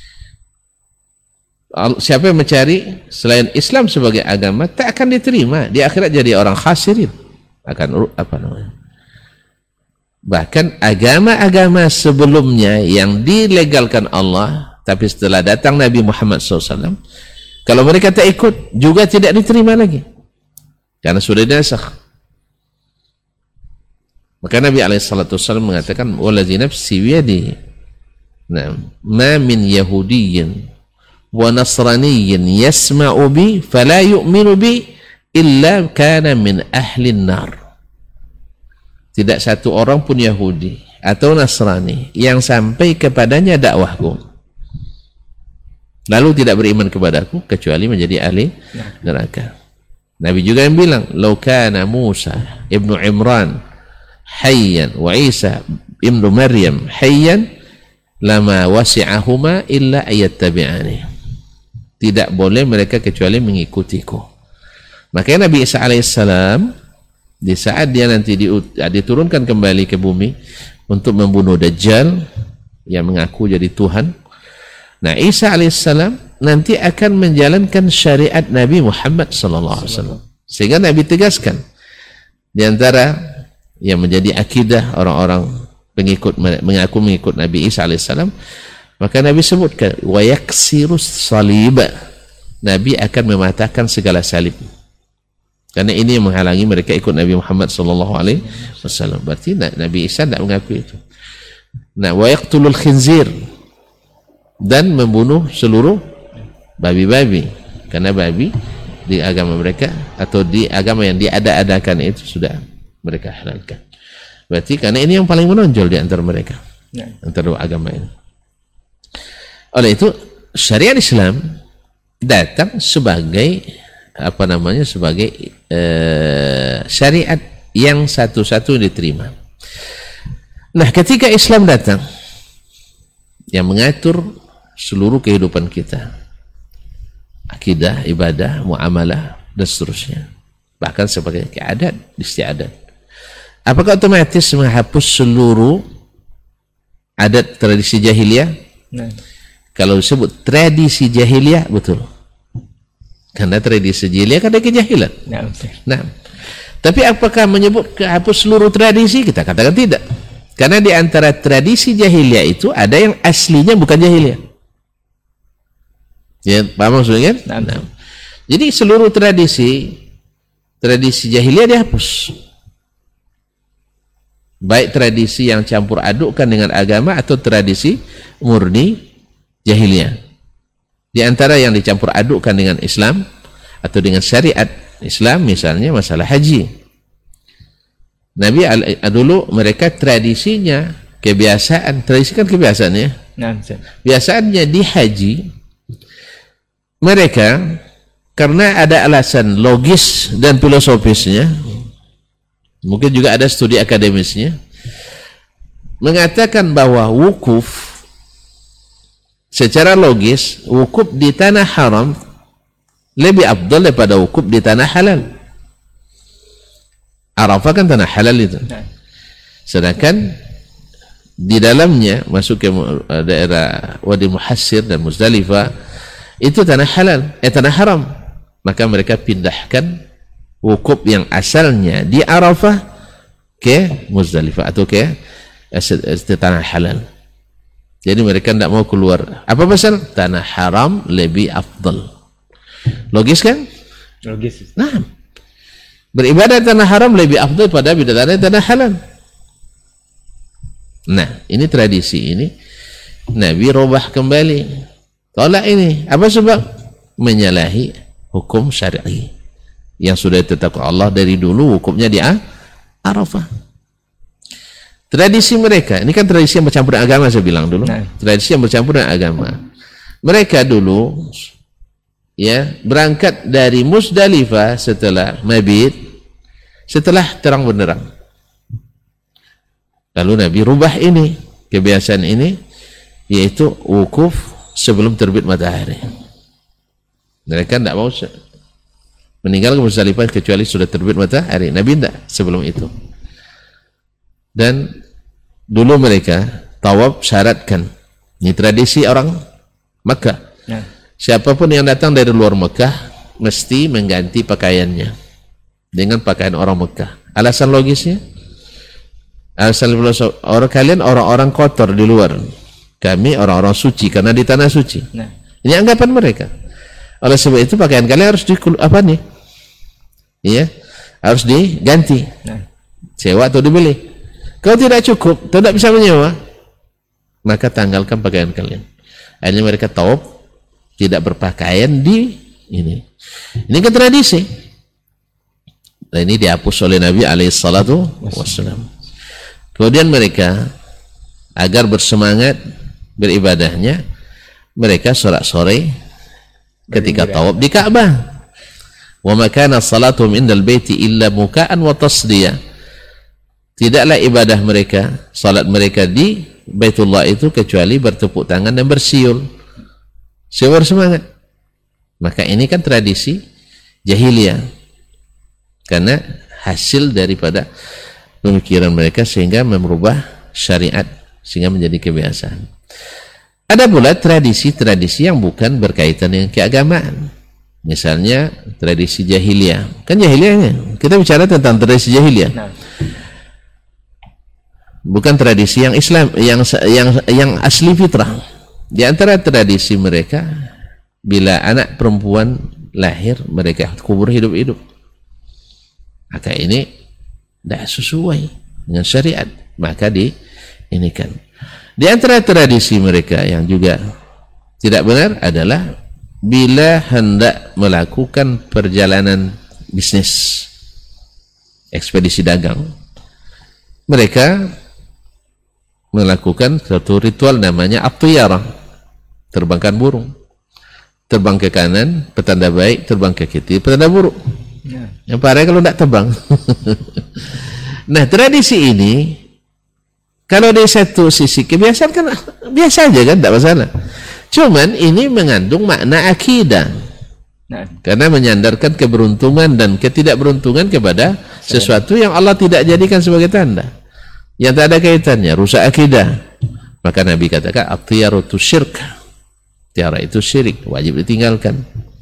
Siapa yang mencari selain Islam sebagai agama tak akan diterima, di akhirat jadi orang khasirin. Akan apa namanya? Bahkan agama-agama sebelumnya yang dilegalkan Allah, tapi setelah datang Nabi Muhammad shallallahu alaihi wasallam, kalau mereka tak ikut juga tidak diterima lagi karena sudah dinasakh. Maka Nabi alaihi salatu wasallam mengatakan wallazi nafsi biyadihi Nah, ma min Yahudiyyin wa Nasraniyyin yasma'u bi fala yu'minu bi illa kana min ahli nar. Tidak satu orang pun Yahudi atau Nasrani yang sampai kepadanya dakwahku lalu tidak beriman kepadaku kecuali menjadi ahli neraka. Nabi juga yang bilang, "Lau kana Musa ibnu Imran hayyan wa Isa ibnu Maryam hayyan lama wasi'ahuma illa ayattabi'ani." Tidak boleh mereka kecuali mengikutiku. Makanya Nabi Isa alaihissalam di saat dia nanti diturunkan kembali ke bumi untuk membunuh Dajjal yang mengaku jadi Tuhan, nah Isa alaihissalam nanti akan menjalankan syariat Nabi Muhammad sallallahu alaihi wasallam. Sehingga Nabi tegaskan di antara yang menjadi akidah orang-orang pengikut mengaku mengikut Nabi Isa alaihissalam, maka Nabi sebutkan wa yaksirus salib, Nabi akan mematahkan segala salib. Karena ini yang menghalangi mereka ikut Nabi Muhammad sallallahu alaihi wasallam. Berarti Nabi Isa tidak mengakui itu. Nah, wa yaqtulul khinzir, dan membunuh seluruh babi-babi. Karena babi di agama mereka atau di agama yang diada-adakan itu sudah mereka halalkan. Berarti karena ini yang paling menonjol di antara mereka, ya, antara agama ini. Oleh itu syariat Islam datang sebagai apa namanya sebagai uh, syariat yang satu-satu diterima. Nah, ketika Islam datang yang mengatur seluruh kehidupan kita, akidah, ibadah, muamalah dan seterusnya, bahkan sebagai adat istiadat, apakah otomatis menghapus seluruh adat tradisi jahiliyah? Nah. Kalau disebut tradisi jahiliyah, betul. Karena tradisi jahiliyah kan ada kejahilan. Nah, nah, tapi apakah menyebut hapus seluruh tradisi? Kita katakan tidak. Karena di antara tradisi jahiliyah itu ada yang aslinya bukan jahiliyah. Ya, paham maksudnya kan? Nah, nah. Jadi seluruh tradisi tradisi jahiliyah dihapus. Baik tradisi yang campur adukkan dengan agama atau tradisi murni jahiliyah. Di antara yang dicampur adukkan dengan Islam atau dengan syariat Islam, misalnya masalah haji. Nabi dulu mereka tradisinya, kebiasaan, tradisi kan kebiasaannya. Biasaannya di haji mereka karena ada alasan logis dan filosofisnya, mungkin juga ada studi akademisnya, mengatakan bahwa wukuf secara logis, wukuf di tanah haram lebih afdal daripada wukuf di tanah halal. Arafah kan tanah halal itu. Sedangkan di dalamnya masuk ke daerah Wadi Muhassir dan Muzdalifah itu tanah halal, eh tanah haram. Maka mereka pindahkan wukuf yang asalnya di Arafah ke Muzdalifah atau ke tanah halal. Jadi mereka tidak mau keluar. Apa pasal? Tanah haram lebih afdal. Logis kan? Logis. Nah, beribadah tanah haram lebih afdal pada beribadah tanah halal. Nah, ini tradisi ini Nabi robah kembali. Tolak ini. Apa sebab? Menyalahi hukum syar'i yang sudah ditetapkan Allah dari dulu, hukumnya di Arafah. Tradisi mereka, ini kan tradisi yang bercampur dengan agama, saya bilang dulu. Nah. Tradisi yang bercampur dengan agama. Mereka dulu ya berangkat dari Muzdalifah setelah mabit, setelah terang benderang. Lalu Nabi rubah ini, kebiasaan ini, yaitu wukuf sebelum terbit matahari. Mereka tidak mau meninggalkan Muzdalifah kecuali sudah terbit matahari. Nabi tidak sebelum itu. Dan dulu mereka tawaf syaratkan, ini tradisi orang Makkah, ya. Siapapun yang datang dari luar Makkah mesti mengganti pakaiannya dengan pakaian orang Makkah. Alasan logisnya, alasan orang kalian orang-orang kotor di luar, kami orang-orang suci karena di tanah suci. Nah. Ini anggapan mereka. Oleh sebab itu pakaian kalian harus di apa nih? Iya, harus diganti, nah. Sewa atau dibeli. Kalau tidak cukup, tidak bisa menyewa, maka tanggalkan pakaian kalian. Akhirnya mereka tawaf tidak berpakaian di ini. Ini kan tradisi. Dan ini dihapus oleh Nabi alaihi salatu wassalam. Kemudian mereka agar bersemangat beribadahnya, mereka sholat sore ketika tawaf di Ka'bah. Wa ma kana salatuhum indal baiti illa muka'an wa tasdiyah. Tidaklah ibadah mereka, salat mereka di Baitullah itu kecuali bertepuk tangan dan bersiul. Siul bersemangat. Maka ini kan tradisi jahiliyah. Karena hasil daripada pemikiran mereka sehingga merubah syariat sehingga menjadi kebiasaan. Ada pula tradisi-tradisi yang bukan berkaitan dengan keagamaan. Misalnya tradisi jahiliyah. Kan jahiliyahnya. Kita bicara tentang tradisi jahiliyah. Nah. Bukan tradisi yang Islam, yang yang yang asli fitrah. Di antara tradisi mereka, bila anak perempuan lahir, mereka kubur hidup-hidup. Maka ini tidak sesuai dengan syariat, maka di ini kan. Di antara tradisi mereka yang juga tidak benar adalah bila hendak melakukan perjalanan bisnis, ekspedisi dagang, mereka melakukan satu ritual namanya at-tiyarah, terbangkan burung. Terbang ke kanan, petanda baik, terbang ke kiri, petanda buruk. Ya. Yang parah kalau tidak terbang. Nah, tradisi ini kalau di satu sisi kebiasaan kan biasa aja kan, tidak masalah. Cuman ini mengandung makna akidah. Nah. Karena menyandarkan keberuntungan dan ketidakberuntungan kepada sesuatu yang Allah tidak jadikan sebagai tanda. Yang tak ada kaitannya, rusak akidah. Maka Nabi katakan at-tiyaratu syirk. Tiara itu syirik, wajib ditinggalkan.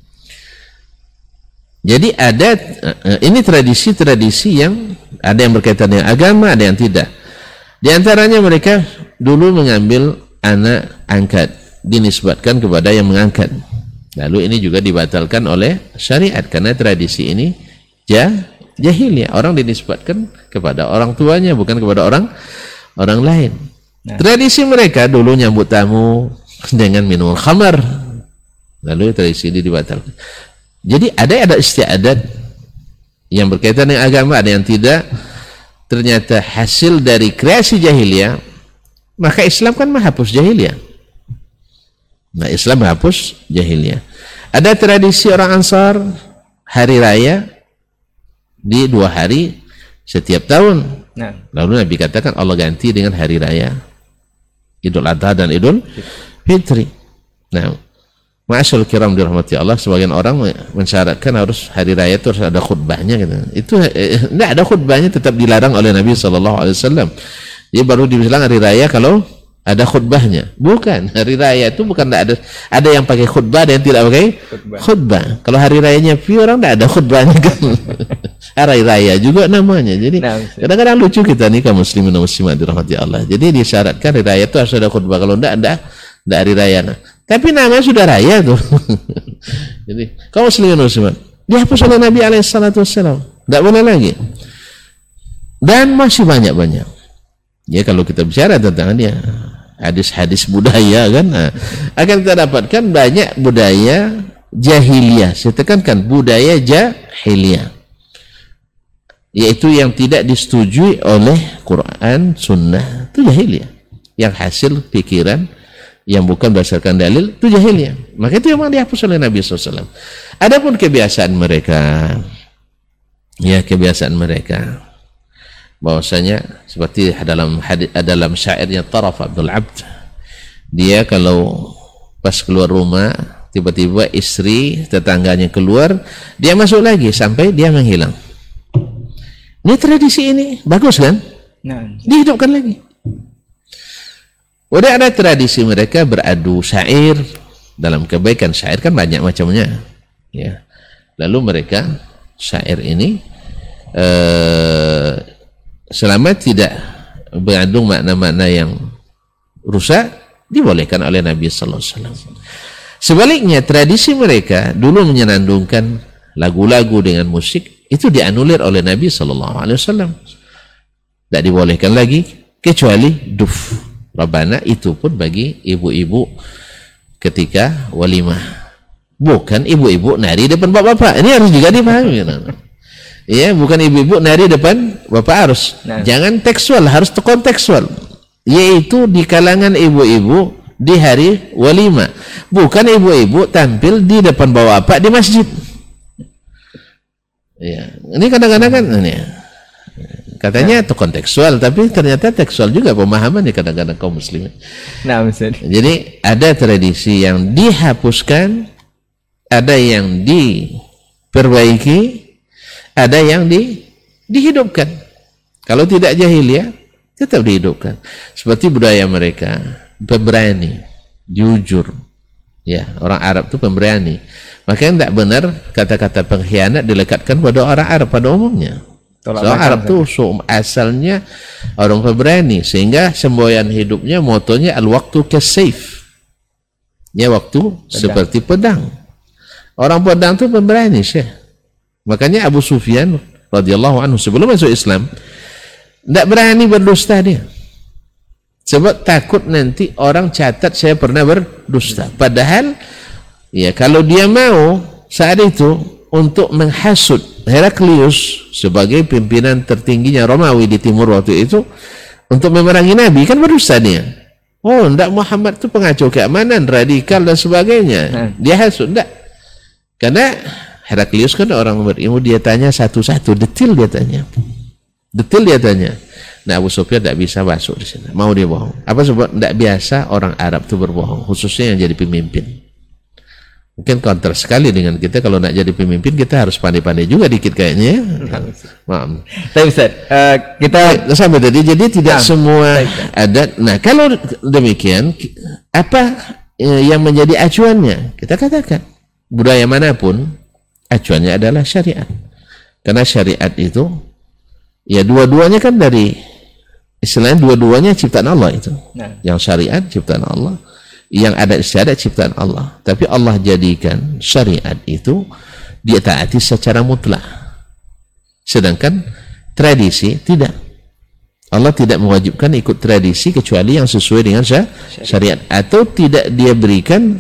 Jadi ada ini tradisi-tradisi yang ada yang berkaitan dengan agama, ada yang tidak. Di antaranya mereka dulu mengambil anak angkat, dinisbatkan kepada yang mengangkat. Lalu ini juga dibatalkan oleh syariat karena tradisi ini jah jahiliyah, orang dinisbatkan kepada orang tuanya bukan kepada orang orang lain. Nah. Tradisi mereka dulu nyambut tamu dengan minum khamar, lalu tradisi ini dibatalkan. Jadi ada ada istiadat yang berkaitan dengan agama, ada yang tidak. Ternyata hasil dari kreasi jahiliyah, maka Islam kan menghapus jahiliyah. Nah, Islam menghapus jahiliyah. Ada tradisi orang Ansar hari raya di dua hari setiap tahun. Nah. Lalu Nabi katakan Allah ganti dengan hari raya Idul Adha dan Idul Fitri. Nah, ma'asyarul kiram dirahmati Allah, sebagian orang mensyaratkan harus hari raya itu harus ada khutbahnya gitu. Itu eh, tidak ada khutbahnya, tetap dilarang oleh Nabi sallallahu alaihi wasallam. Dia baru dibilang hari raya kalau ada khutbahnya. Bukan, hari raya itu bukan ada ada yang pakai khutbah, ada yang tidak pakai khutbah. khutbah. Kalau hari rayanya pure orang tidak ada khutbahnya kan. Hari raya juga namanya. Jadi kadang-kadang lucu kita nih kaum muslimin dan muslimat dirahmati Allah. Jadi disyaratkan hari raya itu harus ada khutbah. Kalau tidak ada tidak hari raya. Nah, tapi namanya sudah raya tuh. Jadi kaum muslimin dan muslimat dihapus oleh Nabi alaihi salatu wassalam. Tidak boleh lagi. Dan masih banyak-banyak. Ya kalau kita bicara tentang dia hadis-hadis budaya kan, nah, akan kita dapatkan banyak budaya jahiliyah. Saya tekankan budaya jahiliyah, yaitu yang tidak disetujui oleh Quran, Sunnah, itu jahiliyah. Yang hasil pikiran yang bukan berdasarkan dalil itu jahiliyah. Maka itu memang dihapus oleh Nabi sallallahu alaihi wasallam. Adapun kebiasaan mereka, ya kebiasaan mereka. Bahwasanya seperti dalam hadis, dalam syairnya Taraf Abdul Abd, dia kalau pas keluar rumah tiba-tiba istri tetangganya keluar, dia masuk lagi sampai dia menghilang. Ini tradisi ini bagus kan? Nah. Dihidupkan lagi. Udah ada tradisi mereka beradu syair. Dalam kebaikan syair kan banyak macamnya, ya. Lalu mereka syair ini eh, selama tidak mengandung makna-makna yang rusak, dibolehkan oleh Nabi sallallahu alaihi wasallam. Sebaliknya tradisi mereka dulu menyenandungkan lagu-lagu dengan musik, itu dianulir oleh Nabi sallallahu alaihi wasallam. Tidak dibolehkan lagi kecuali duf. Rabbana itu pun bagi ibu-ibu ketika walimah. Bukan ibu-ibu nari depan bapak-bapak. Ini harus juga dipahami. Ya, bukan ibu-ibu nari depan bapak harus. Nah. Jangan tekstual, harus kontekstual. Yaitu di kalangan ibu-ibu di hari walimah. Bukan ibu-ibu tampil di depan bapak-bapak di masjid. Ya, ini kadang-kadang kan ini katanya itu kontekstual, tapi ternyata tekstual juga pemahamannya kadang-kadang kaum muslimin. Nah, jadi ada tradisi yang dihapuskan, ada yang diperbaiki, ada yang di, dihidupkan. Kalau tidak jahiliyah, tetap dihidupkan. Seperti budaya mereka, pemberani, jujur. Ya, orang Arab itu pemberani. Makanya tidak benar kata-kata pengkhianat dilekatkan pada orang Arab pada umumnya. Soal Arab itu so, asalnya orang pemberani, sehingga semboyan hidupnya motonya al-waktu kasayf. Ya, waktu pedang. Seperti pedang. Orang pedang itu pemberani, Syekh. Makanya Abu Sufyan radhiyallahu anhu sebelum masuk Islam tidak berani berdusta dia. Sebab takut nanti orang catat saya pernah berdusta. Padahal ya, kalau dia mau saat itu untuk menghasut Heraklius sebagai pimpinan tertingginya Romawi di timur waktu itu untuk memerangi Nabi, kan berdusta dia. Oh, enggak, Muhammad itu pengacau keamanan, radikal dan sebagainya. Dia hasut, enggak. Karena Heraklius kan orang berilmu, dia tanya satu-satu, detail dia tanya. Detail dia tanya. Nah, Abu Sufyan tidak bisa masuk di sini. Mau dia bohong. Apa sebab? Tidak biasa orang Arab itu berbohong, khususnya yang jadi pemimpin. Mungkin counter sekali dengan kita, kalau nak jadi pemimpin kita harus pandai-pandai juga dikit kayaknya. Maaf. Tapi Ustaz, uh, kita sampai tadi, jadi tidak nah, semua baik, ada. Nah, kalau demikian, apa uh, yang menjadi acuannya? Kita katakan budaya manapun acuannya adalah syariat. Karena syariat itu ya dua-duanya kan dari istilahnya dua-duanya ciptaan Allah itu. Nah. Yang syariat ciptaan Allah, yang ada istiadat ciptaan Allah. Tapi Allah jadikan syariat itu dia taati secara mutlak. Sedangkan tradisi tidak. Allah tidak mewajibkan ikut tradisi kecuali yang sesuai dengan syariat, atau tidak dia berikan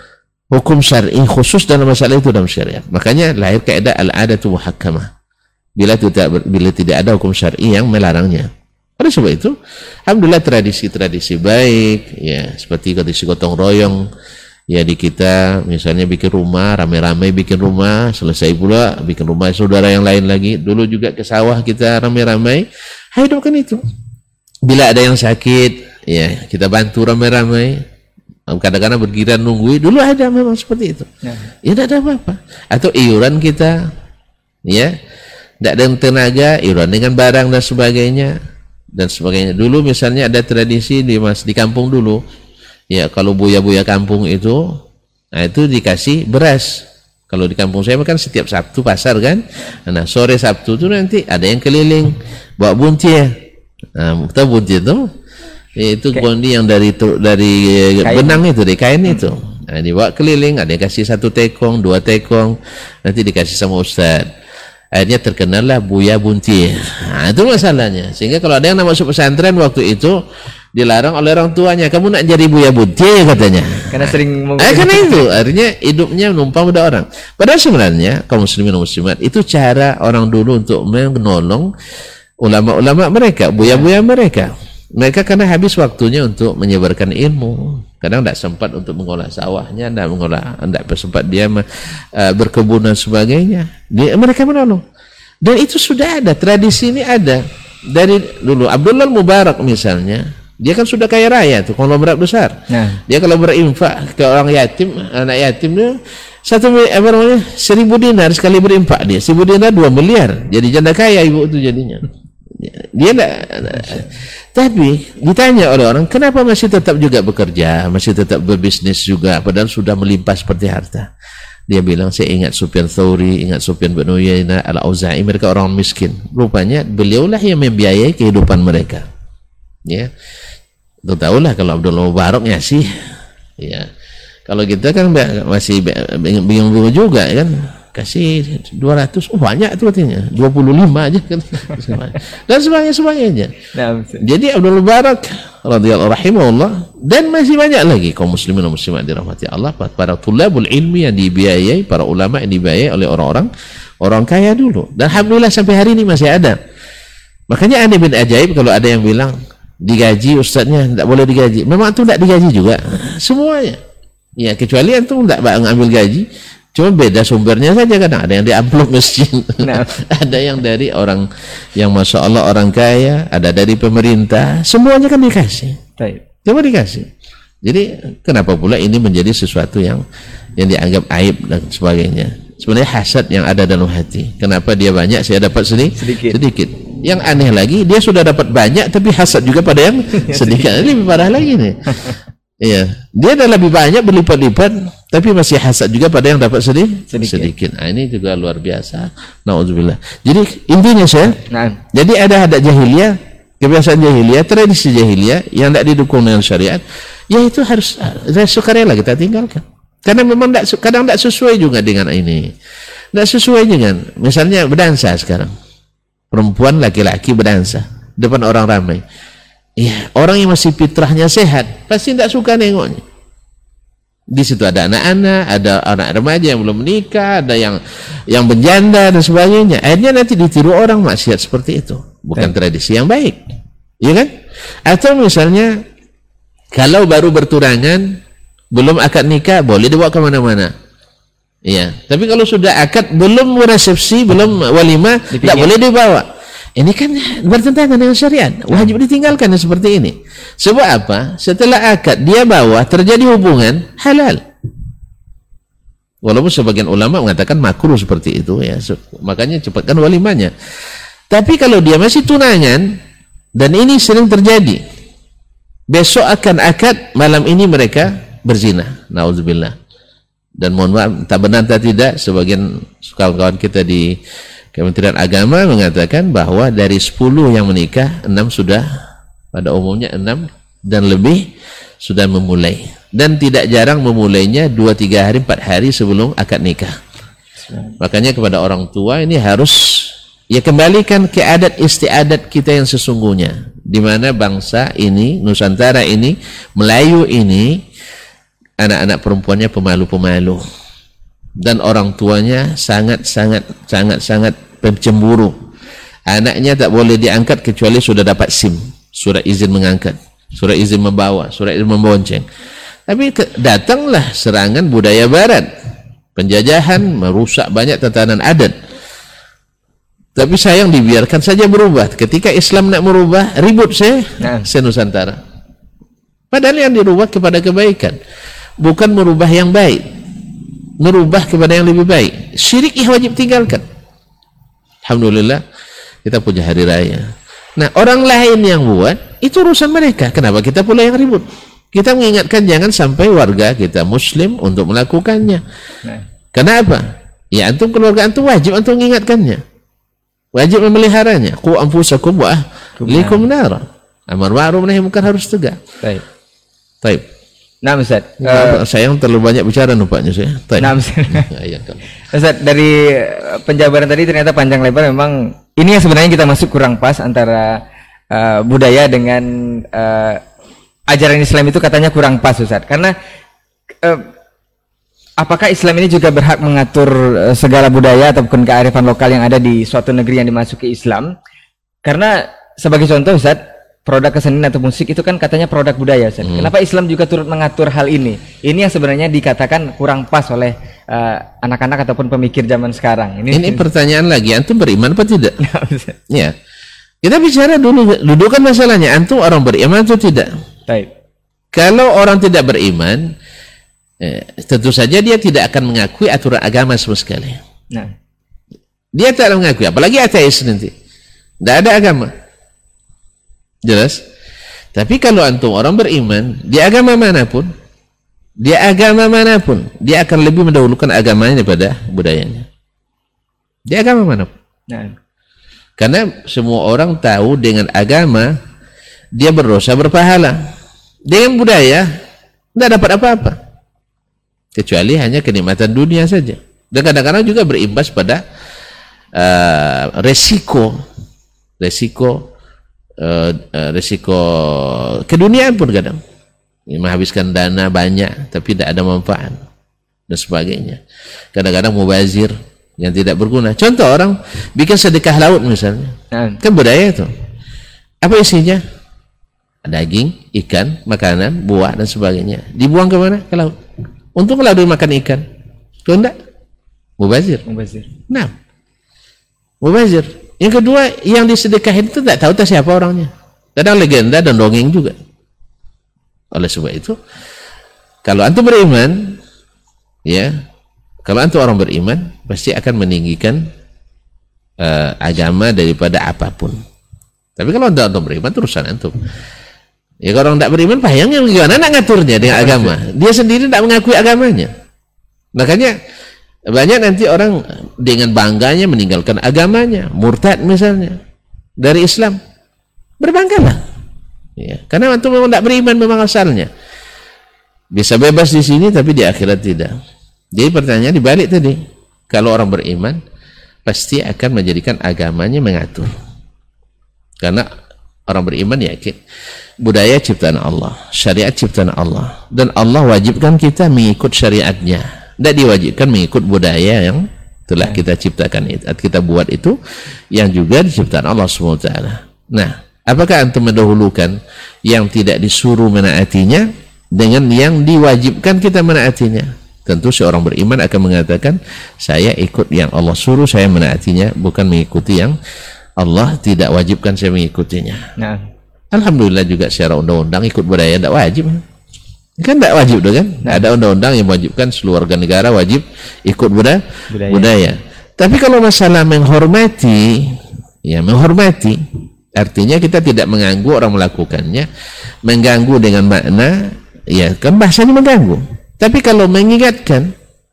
hukum syar'i khusus dalam masalah itu dalam syariat. Makanya lahir kaidah al-adatu muhakkamah. Bila tidak bila tidak ada hukum syar'i yang melarangnya. Oleh sebab itu, alhamdulillah tradisi-tradisi baik, ya seperti tradisi gotong royong, ya di kita misalnya bikin rumah, rame-rame bikin rumah, selesai pula bikin rumah saudara yang lain lagi. Dulu juga ke sawah kita rame-rame, hidupkan itu. Bila ada yang sakit, ya kita bantu rame-rame. Kadang-kadang bergiliran nungguin, dulu ada memang seperti itu. Ya, ya tidak ada apa-apa. Atau iuran kita, ya tidak ada tenaga, iuran dengan barang dan sebagainya. Dan sebagainya. Dulu misalnya ada tradisi di mas di kampung dulu, ya kalau buya-buya kampung itu, nah itu dikasih beras. Kalau di kampung saya kan setiap Sabtu pasar kan, nah sore Sabtu itu nanti ada yang keliling bawa buntir. Nah, kita buntir itu, itu bondi yang dari dari kain. Benang itu, dari kain itu. Nah, dibawa keliling, ada yang kasih satu tekong, dua tekong, nanti dikasih sama ustaz. Akhirnya terkenallah Buya Buntir. Nah, itu masalahnya. Sehingga kalau ada yang nak masuk pesantren waktu itu dilarang oleh orang tuanya. Kamu nak jadi Buya Buntir katanya. Karena sering nah, eh, karena itu akhirnya hidupnya numpang pada orang. Padahal sebenarnya kaum muslimin dan muslimat itu cara orang dulu untuk menolong ulama-ulama mereka, buya-buya mereka. Mereka karena habis waktunya untuk menyebarkan ilmu. Kadang tidak sempat untuk mengolah sawahnya, tidak mengolah, tidak sempat dia uh, berkebun dan sebagainya. Dia, mereka menolong. Dan itu sudah ada, tradisi ini ada dari dulu. Abdullah Mubarak misalnya, dia kan sudah kaya raya tuh, konglomerat besar. Nah. Dia kalau berinfak ke orang yatim, anak yatim dia satu apa namanya seribu dinar sekali berinfak dia, seribu dinar dua miliar, jadi janda kaya ibu itu jadinya. Dia enggak, tapi ditanya oleh orang, kenapa masih tetap juga bekerja, masih tetap berbisnis juga, padahal sudah melimpah seperti harta. Dia bilang, saya ingat Sufyan Tsauri, ingat Sufyan bin Uyainah, Al-Auza'i, mereka orang miskin. Rupanya beliaulah yang membiayai kehidupan mereka. Ya, itu tahulah kalau Abdullah Mubarak ya sih. Ya, kalau kita kan masih bingung-bingung juga kan. kasih dua ratus, oh banyak tuh katanya, dua puluh lima aja kan. Dan sebagainya-sebagainya. Nah, jadi Abdul Mubarak radhiyallahu rahimahullah, dan masih banyak lagi kaum muslimin dan muslimat dirahmati Allah, para tulabul ilmi yang dibiayai, para ulama yang dibiayai oleh orang-orang orang kaya dulu. Dan alhamdulillah sampai hari ini masih ada. Makanya aneh bin ajaib kalau ada yang bilang digaji ustadznya, tidak boleh digaji. Memang itu tidak digaji juga semuanya. Ya kecuali antum tidak ngambil gaji. Cuma beda sumbernya saja, kadang ada yang di amplop masjid, nah. Ada yang dari orang yang masya Allah orang kaya, ada dari pemerintah, semuanya kan dikasih. Baik. Coba dikasih. Jadi kenapa pula ini menjadi sesuatu yang yang dianggap aib dan sebagainya? Sebenarnya hasad yang ada dalam hati. Kenapa dia banyak, saya dapat sedikit? Sedikit. sedikit. Yang aneh lagi, dia sudah dapat banyak, tapi hasad juga pada yang sedikit. Ini lebih parah lagi nih. Iya, dia dah lebih banyak berlipat-lipat, tapi masih hasad juga pada yang dapat sedikit. sedikit. sedikit. Nah, ini juga luar biasa. Nauzubillah. Jadi intinya saya, nah. jadi ada adat jahiliyah, kebiasaan jahiliyah, tradisi jahiliyah yang tidak didukung dengan syariat, ya itu harus sukarela kita tinggalkan. Karena memang tidak, kadang tidak sesuai juga dengan ini. Tidak sesuai dengan, misalnya berdansa sekarang, perempuan laki-laki berdansa depan orang ramai. Ya, orang yang masih fitrahnya sehat pasti tidak suka nengoknya. Di situ ada anak-anak, ada anak remaja yang belum menikah, ada yang yang berjanda dan sebagainya. Akhirnya nanti ditiru orang maksiat seperti itu. Bukan baik. Tradisi yang baik, ya kan? Atau misalnya kalau baru bertunangan, belum akad nikah, boleh dibawa kemana-mana. Iya. Tapi kalau sudah akad, belum resepsi, belum walimah, tidak boleh dibawa. Ini kan bertentangan dengan syariat, wajib ditinggalkan yang seperti ini. Sebab apa? Setelah akad dia bawa, terjadi hubungan halal. Walaupun sebagian ulama mengatakan makruh seperti itu ya, makanya cepatkan walimahnya. Tapi kalau dia masih tunangan dan ini sering terjadi, besok akan akad, malam ini mereka berzina. Nauzubillah. Dan mohon maaf, tak benar tak tidak, sebagian kawan-kawan kita di Kementerian Agama mengatakan bahwa dari sepuluh yang menikah, enam sudah, pada umumnya enam dan lebih sudah memulai. Dan tidak jarang memulainya dua tiga hari, empat hari sebelum akad nikah. Makanya kepada orang tua ini harus ya kembalikan ke adat istiadat kita yang sesungguhnya. Di mana bangsa ini, Nusantara ini, Melayu ini, anak-anak perempuannya pemalu-pemalu. Dan orang tuanya sangat-sangat sangat-sangat pencemburu. Anaknya tak boleh diangkat kecuali sudah dapat SIM, surat izin mengangkat, surat izin membawa, surat izin membonceng. Tapi ke, datanglah serangan budaya barat, penjajahan, merusak banyak tatanan adat. Tapi sayang dibiarkan saja berubah. Ketika Islam nak merubah, ribut saya, nah. saya Nusantara. Padahal yang dirubah kepada kebaikan, bukan merubah yang baik, merubah kepada yang lebih baik. Syirik yang wajib tinggalkan. Alhamdulillah kita punya hari raya. Nah, orang lain yang buat itu urusan mereka. Kenapa kita pula yang ribut? Kita mengingatkan jangan sampai warga kita Muslim untuk melakukannya. Nah. Kenapa? Ya antum keluarga antum wajib antum mengingatkannya, wajib memeliharanya. Qu anfusakum wa ahlikum nar. Amar ma'ruf nahi munkar harus tegak. Baik. Baik. Nah, Ustaz, uh, saya terlalu banyak bicara nampaknya saya. Nah, Ustaz, dari penjabaran tadi ternyata panjang lebar, memang ini yang sebenarnya kita masuk kurang pas antara uh, budaya dengan uh, ajaran Islam itu katanya kurang pas, Ustaz. Karena uh, apakah Islam ini juga berhak mengatur uh, segala budaya ataupun kearifan lokal yang ada di suatu negeri yang dimasuki Islam? Karena sebagai contoh, Ustaz, produk kesenian atau musik itu kan katanya produk budaya, Ustaz. Hmm. Kenapa Islam juga turut mengatur hal ini? Ini yang sebenarnya dikatakan kurang pas oleh anak-anak uh, ataupun pemikir zaman sekarang. Ini, ini pertanyaan lagi, antum beriman apa tidak? Ya, kita bicara dulu, dudukan masalahnya, antum orang beriman atau tidak? Baik. Kalau orang tidak beriman, eh, tentu saja dia tidak akan mengakui aturan agama sama sekali. Nah, dia tak mengakui, apalagi ateis nanti. Tidak ada agama. Jelas? Tapi kalau antum orang beriman, di agama manapun, di agama manapun, dia akan lebih mendahulukan agamanya daripada budayanya. Di agama manapun. Nah. Karena semua orang tahu dengan agama, dia berdosa berpahala. Dengan budaya, tidak dapat apa-apa. Kecuali hanya kenikmatan dunia saja. Dan kadang-kadang juga berimbas pada uh, resiko, resiko, uh, uh, resiko keduniaan pun kadang. Ya, menghabiskan dana banyak tapi tidak ada manfaat dan sebagainya. Kadang-kadang mubazir yang tidak berguna. Contoh orang bikin sedekah laut misalnya, kan budaya itu. Apa isinya? Daging, ikan, makanan, buah dan sebagainya. Dibuang ke mana? Ke laut. Untung kalau dia makan ikan. Kalau enggak, mubazir.
Mubazir.
Nah, mubazir. Yang kedua, yang disedekahin itu tidak tahu tak siapa orangnya. Kadang legenda dan dongeng juga. Oleh sebab itu, kalau antum beriman, ya, kalau antum orang beriman, pasti akan meninggikan uh, agama daripada apapun. Tapi kalau antum, antum beriman, terusan antum. Ya kalau orang tidak beriman, payahnya gimana nak ngaturnya dengan agama? Dia sendiri tidak mengakui agamanya. Makanya banyak nanti orang dengan bangganya meninggalkan agamanya, murtad misalnya dari Islam, berbanggalah. Ya, karena antum memang tidak beriman memang asalnya. Bisa bebas di sini tapi di akhirat tidak. Jadi pertanyaan dibalik tadi, kalau orang beriman pasti akan menjadikan agamanya mengatur. Karena orang beriman yakin budaya ciptaan Allah, syariat ciptaan Allah, dan Allah wajibkan kita mengikut syariatnya. Tidak diwajibkan mengikut budaya yang telah kita ciptakan itu, kita buat itu, yang juga diciptakan Allah subhanahu wa taala. Nah, apakah antum mendahulukan yang tidak disuruh menaatinya dengan yang diwajibkan kita menaatinya? Tentu seorang beriman akan mengatakan, saya ikut yang Allah suruh, saya menaatinya, bukan mengikuti yang Allah tidak wajibkan saya mengikutinya. Nah, alhamdulillah juga secara undang-undang ikut budaya tidak wajib. Kan tidak wajib tuh kan? Tidak ada undang-undang yang mewajibkan seluruh warga negara wajib ikut budaya. budaya. budaya. Tapi kalau masalah menghormati, ya menghormati, artinya kita tidak mengganggu orang melakukannya, mengganggu dengan makna, ya kan bahasanya mengganggu. Tapi kalau mengingatkan,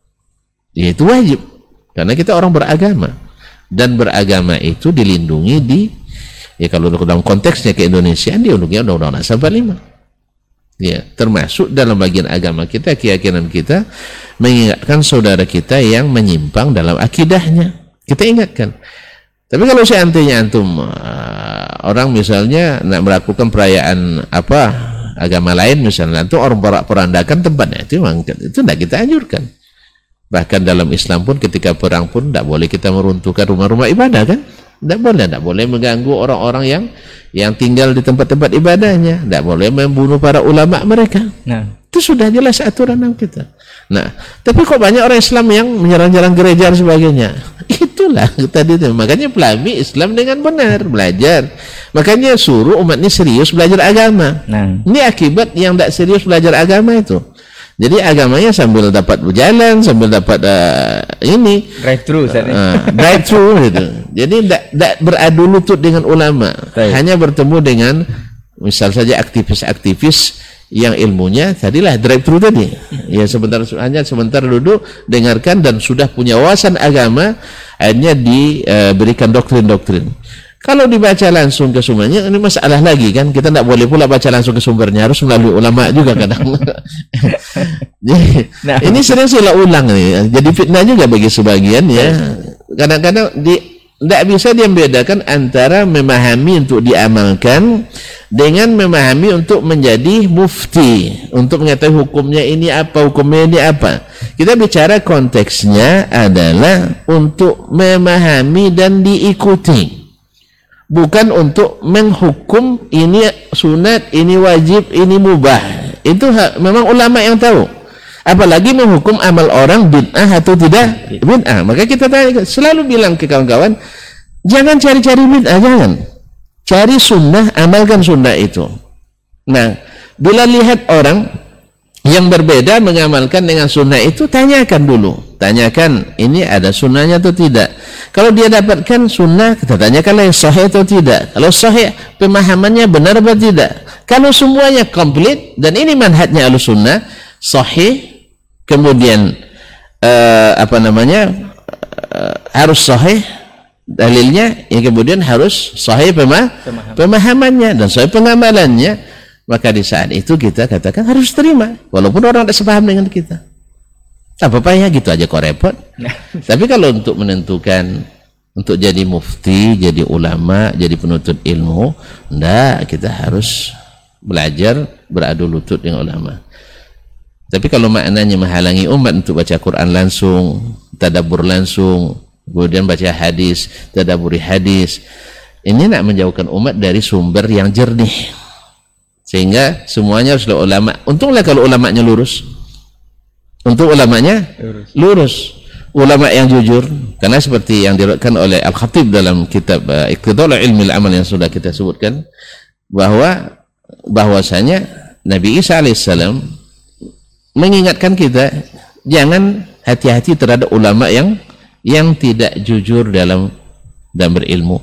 ya itu wajib, karena kita orang beragama. Dan beragama itu dilindungi di, ya kalau dalam konteksnya ke Indonesia, dilindungi Undang-Undang Dasar empat puluh lima. Ya, termasuk dalam bagian agama kita, keyakinan kita, mengingatkan saudara kita yang menyimpang dalam akidahnya. Kita ingatkan. Tapi kalau seandainya antum uh, orang misalnya nak melakukan perayaan apa agama lain misalnya, antum orang perandakan tempatnya, itu memang itu tidak kita anjurkan. Bahkan dalam Islam pun ketika perang pun tidak boleh kita meruntuhkan rumah-rumah ibadah kan? Tidak boleh, tidak boleh mengganggu orang-orang yang yang tinggal di tempat-tempat ibadahnya, tidak boleh membunuh para ulama mereka. Nah, itu sudah jelas aturan kita. Nah, tapi kok banyak orang Islam yang menyerang-nyerang gereja dan sebagainya. Itulah tadi itu. Makanya pelami Islam dengan benar, belajar. Makanya suruh umat ini serius belajar agama. Nah, ini akibat yang tidak serius belajar agama itu. Jadi agamanya sambil dapat berjalan, sambil dapat uh, ini
drive thru,
uh, drive thru gitu. Jadi tidak beradu lutut dengan ulama, Baik. hanya bertemu dengan misal saja aktivis-aktivis yang ilmunya tadilah drive thru tadi. Ya sebentar hanya sebentar duduk, dengarkan dan sudah punya wawasan agama, akhirnya diberikan uh, doktrin-doktrin. Kalau dibaca langsung ke sumbernya, ini masalah lagi kan, kita tidak boleh pula baca langsung ke sumbernya, harus melalui ulama juga kadang. Jadi, nah, ini sering saya ulang nih, jadi fitnah juga bagi sebagian ya. Kadang-kadang tidak bisa dia membedakan antara memahami untuk diamalkan dengan memahami untuk menjadi mufti, untuk mengetahui hukumnya ini apa, hukumnya ini apa. Kita bicara konteksnya adalah untuk memahami dan diikuti. Bukan untuk menghukum ini sunat, ini wajib, ini mubah. Itu ha, memang ulama yang tahu. Apalagi menghukum amal orang bid'ah atau tidak bid'ah. Maka kita tanya, selalu bilang ke kawan-kawan, jangan cari-cari bid'ah, jangan. Cari sunnah, amalkan sunnah itu. Nah, bila lihat orang yang berbeda mengamalkan dengan sunnah itu, tanyakan dulu. Tanyakan, ini ada sunnahnya atau tidak. Kalau dia dapatkan sunnah, kita tanyakanlah yang sahih atau tidak. Kalau sahih, pemahamannya benar atau tidak. Kalau semuanya komplit, dan ini manhajnya Ahlussunnah, sahih, kemudian uh, apa namanya, uh, harus sahih dalilnya, yang kemudian harus sahih pemah Pemaham. pemahamannya, dan sahih pengamalannya, maka di saat itu kita katakan harus terima, walaupun orang tidak sepaham dengan kita. apa payah gitu aja kok repot. Tapi kalau untuk menentukan untuk jadi mufti, jadi ulama, jadi penuntut ilmu, enggak, kita harus belajar beradu lutut dengan ulama. Tapi kalau maknanya menghalangi umat untuk baca Quran langsung, tadabbur langsung, kemudian baca hadis, tadabburi hadis, ini nak menjauhkan umat dari sumber yang jernih, sehingga semuanya haruslah ulama. Untunglah kalau ulamanya lurus, untuk ulamanya lurus, lurus. Ulama yang jujur, karena seperti yang diriwayatkan oleh Al-Khatib dalam kitab uh, Iqtida'ul Ilmi Al-Amal yang sudah kita sebutkan, bahwa bahwasanya Nabi Isa alaihissalam mengingatkan kita jangan hati-hati terhadap ulama yang yang tidak jujur dalam dan berilmu.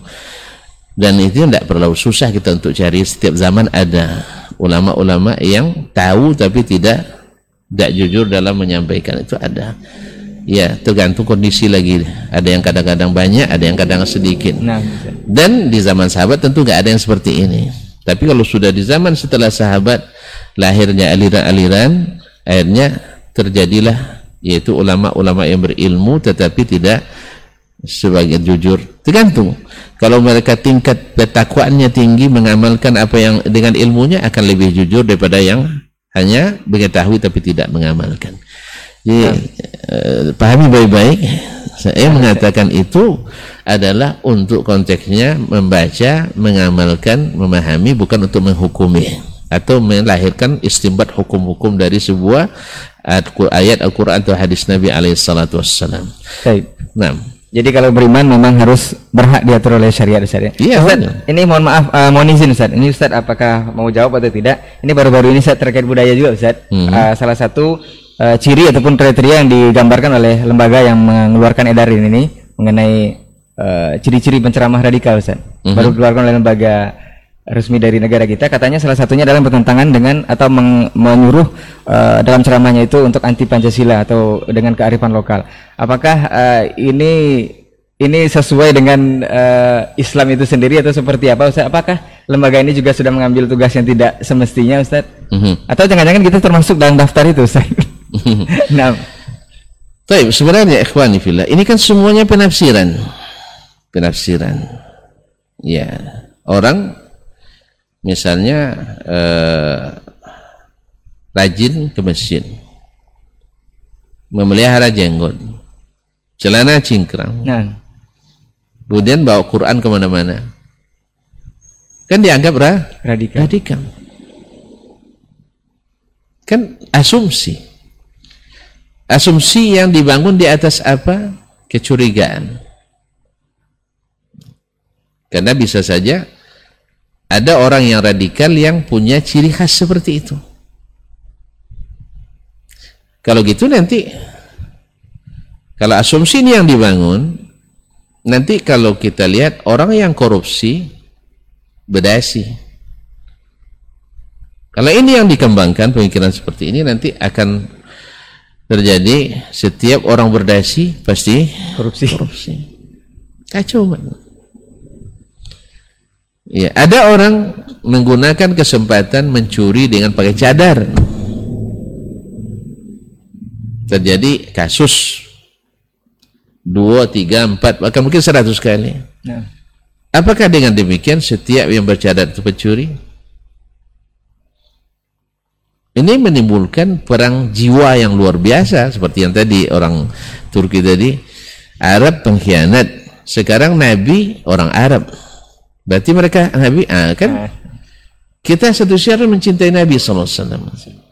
Dan itu tidak perlu susah kita untuk cari, setiap zaman ada ulama-ulama yang tahu tapi tidak tidak jujur dalam menyampaikan, itu ada. Ya, tergantung kondisi lagi. Ada yang kadang-kadang banyak, ada yang kadang sedikit. Nah, dan di zaman sahabat tentu nggak ada yang seperti ini. Tapi kalau sudah di zaman setelah sahabat, lahirnya aliran-aliran, akhirnya terjadilah yaitu ulama-ulama yang berilmu tetapi tidak sebagian jujur. Tergantung. Kalau mereka tingkat ketakwaannya tinggi, mengamalkan apa yang dengan ilmunya, akan lebih jujur daripada yang hanya mengetahui tapi tidak mengamalkan. Jadi eh, pahami baik-baik. Saya mengatakan itu adalah untuk konteksnya membaca, mengamalkan, memahami, bukan untuk menghukumi atau melahirkan istinbat hukum-hukum dari sebuah ayat Al-Quran atau hadis Nabi alaihi salatu wassalam. Baik. Nah,
jadi kalau beriman memang harus berhak diatur oleh syariat, Ustaz ya?
Iya,
Ustaz, ini mohon maaf, uh, mohon izin Ustaz. Ini Ustaz apakah mau jawab atau tidak? Ini baru-baru ini Ustaz terkait budaya juga Ustaz. Mm-hmm. uh, Salah satu uh, ciri ataupun kriteria yang digambarkan oleh lembaga yang mengeluarkan edarin ini mengenai uh, ciri-ciri penceramah radikal Ustaz. Mm-hmm. Baru dikeluarkan oleh lembaga resmi dari negara kita, katanya salah satunya adalah bertentangan dengan atau meng, menyuruh uh, dalam ceramahnya itu untuk anti Pancasila atau dengan kearifan lokal. Apakah uh, ini ini sesuai dengan uh, Islam itu sendiri atau seperti apa Ustaz? Apakah lembaga ini juga sudah mengambil tugas yang tidak semestinya Ustaz? Mm-hmm. Atau jangan-jangan kita termasuk dalam daftar itu Ustaz? Nah,
baik, sebenarnya ikhwani fillah, ini kan semuanya penafsiran. Penafsiran. Ya, orang misalnya eh, rajin ke masjid, memelihara jenggot, celana cingkrang, nah, kemudian bawa Quran kemana-mana, kan dianggap ra radikal. radikal. Kan asumsi, asumsi yang dibangun di atas apa? Kecurigaan. Karena bisa saja ada orang yang radikal yang punya ciri khas seperti itu. Kalau gitu nanti, kalau asumsi ini yang dibangun, nanti kalau kita lihat orang yang korupsi berdasi. Kalau ini yang dikembangkan pemikiran seperti ini, nanti akan terjadi setiap orang berdasi pasti korupsi. korupsi. Kacau banget. Ya, ada orang menggunakan kesempatan mencuri dengan pakai cadar. Terjadi kasus dua, tiga, empat, bahkan mungkin seratus kali. Nah. Apakah dengan demikian setiap yang bercadar itu pencuri? Ini menimbulkan perang jiwa yang luar biasa, seperti yang tadi orang Turki tadi, Arab pengkhianat. Sekarang Nabi orang Arab. Berarti mereka Nabi, ah, kan kita satu syarat mencintai Nabi sallallahu alaihi wasallam.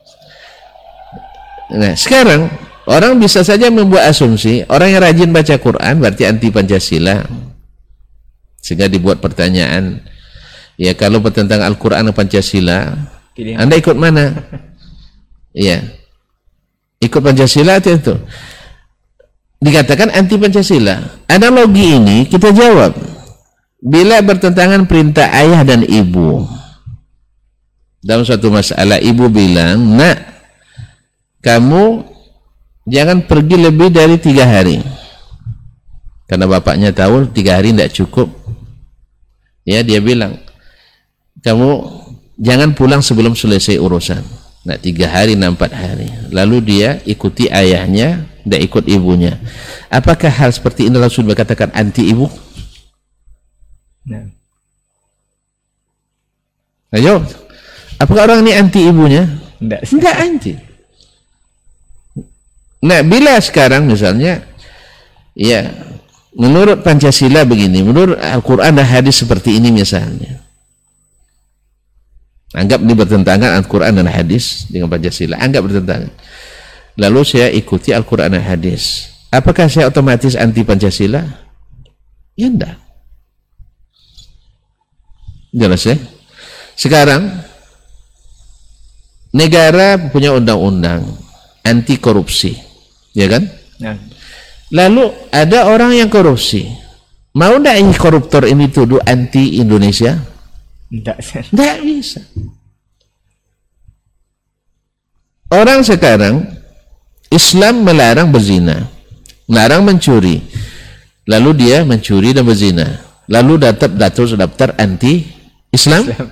Nah, sekarang orang bisa saja membuat asumsi orang yang rajin baca Quran berarti anti Pancasila, sehingga dibuat pertanyaan, ya kalau bertentangan Al-Quran dan Pancasila, pilih Anda ikut mana? Ya, ikut Pancasila atau itu? Dikatakan anti Pancasila. Analogi ini kita jawab. Bila bertentangan perintah ayah dan ibu dalam suatu masalah, ibu bilang, nak, kamu jangan pergi lebih dari tiga hari, karena bapaknya tahu tiga hari tidak cukup. Ya, dia bilang, kamu jangan pulang sebelum selesai urusan. Nah, tiga hari, enam, empat hari. Lalu dia ikuti ayahnya tidak ikut ibunya. Apakah hal seperti ini Rasul berkatakan anti ibu?
Nah.
Ayo, apakah orang ini anti ibunya?
Tidak.
Tidak anti. Nah, bila sekarang misalnya, ya, menurut Pancasila begini, menurut Al-Quran dan hadis seperti ini misalnya, anggap ini bertentangan Al-Quran dan hadis dengan Pancasila, anggap bertentangan. Lalu saya ikuti Al-Quran dan hadis. Apakah saya otomatis anti Pancasila? Ya enggak. Jelas ya? Sekarang negara punya undang-undang anti korupsi, ya kan?
Nah.
Lalu ada orang yang korupsi, mau enggak ini koruptor ini tuduh anti Indonesia?
Tidak.
Tidak bisa. Orang sekarang Islam melarang berzina, melarang mencuri, lalu dia mencuri dan berzina, lalu daftar daftar daftar anti Islam. Islam.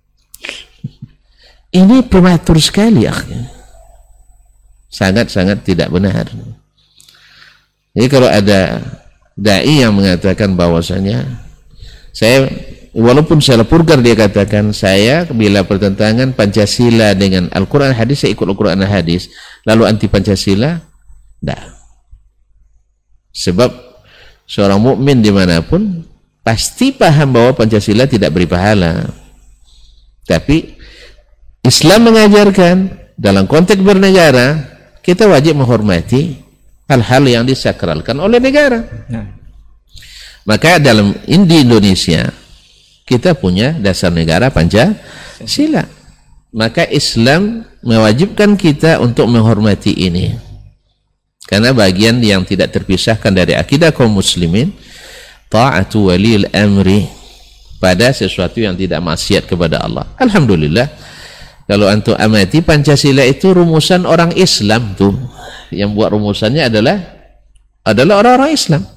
Ini prematur sekali, akhirnya. Sangat-sangat tidak benar. Jadi kalau ada dai yang mengatakan bahwasanya saya, walaupun saya purgar, dia katakan saya bila pertentangan Pancasila dengan Al-Quran hadis, saya ikut Al-Quran dan hadis, lalu anti Pancasila, tidak. Sebab seorang mukmin dimanapun pasti paham bahwa Pancasila tidak beri pahala, tapi Islam mengajarkan dalam konteks bernegara kita wajib menghormati hal-hal yang disakralkan oleh negara. Nah. Maka dalam di Indonesia kita punya dasar negara Pancasila. Maka Islam mewajibkan kita untuk menghormati ini. Karena bagian yang tidak terpisahkan dari akidah kaum muslimin, ta'atu walil amri, pada sesuatu yang tidak maksiat kepada Allah. Alhamdulillah. Kalau antum amati Pancasila itu rumusan orang Islam tuh. Yang buat rumusannya adalah adalah orang-orang Islam.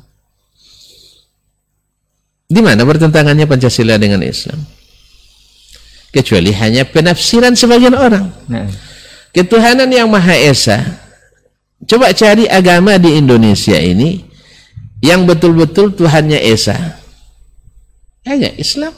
Di mana bertentangannya Pancasila dengan Islam? Kecuali hanya penafsiran sebagian orang. Nah. Ketuhanan yang Maha Esa. Coba cari agama di Indonesia ini yang betul-betul Tuhannya Esa. Hanya Islam.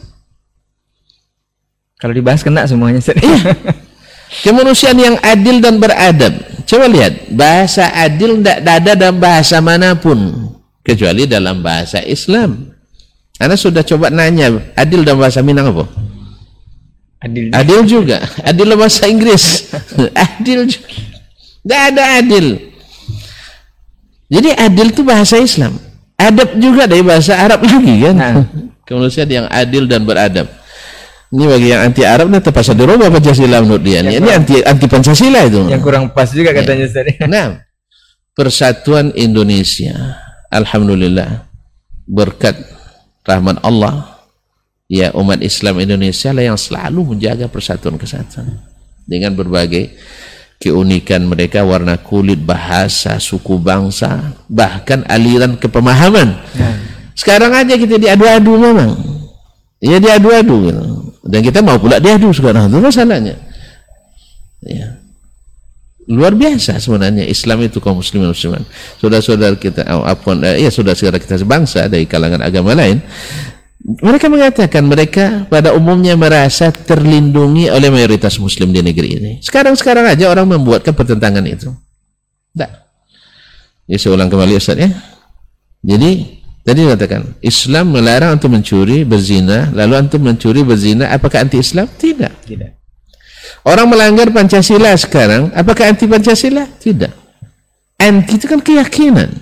Kalau dibahas kena semuanya.
Iya. Kemanusiaan yang adil dan beradab. Coba lihat, bahasa adil tidak ada dalam bahasa manapun kecuali dalam bahasa Islam. Anda sudah coba nanya adil dalam bahasa Minang apa?
Adil.
Adil juga. Adil dalam bahasa Inggris. Adil juga. Tidak ada adil. Jadi adil itu bahasa Islam. Adab juga dari bahasa Arab lagi kan. Nah. Kemanusiaan yang adil dan beradab. Ini bagi yang anti Arab, nah terpaksa dirubah Pancasila menurut dia. Ini, ini anti anti Pancasila itu.
Yang kurang pas juga katanya tadi.
Ya. Nah, persatuan Indonesia, alhamdulillah, berkat rahmat Allah, ya umat Islam Indonesia lah yang selalu menjaga persatuan kesatuan dengan berbagai keunikan mereka, warna kulit, bahasa, suku bangsa, bahkan aliran kepemahaman. Ya. Sekarang aja kita diadu-adu memang. Ya diadu-adu gitu. Dan kita mau pula diadu sekarang, itu masalahnya. Ya. Luar biasa sebenarnya Islam itu kaum muslimin musliman. Saudara-saudara kita, oh, apun, eh, ya saudara-saudara kita sebangsa dari kalangan agama lain, mereka mengatakan mereka pada umumnya merasa terlindungi oleh mayoritas muslim di negeri ini. Sekarang-sekarang aja orang membuatkan pertentangan itu. Tak. Ya saya ulang kembali Ustaz ya. Jadi tadi katakan Islam melarang untuk mencuri, berzina, lalu antum mencuri, berzina, apakah anti Islam? Tidak. Tidak. Orang melanggar Pancasila sekarang, apakah anti Pancasila? Tidak. Anti itu kan keyakinan.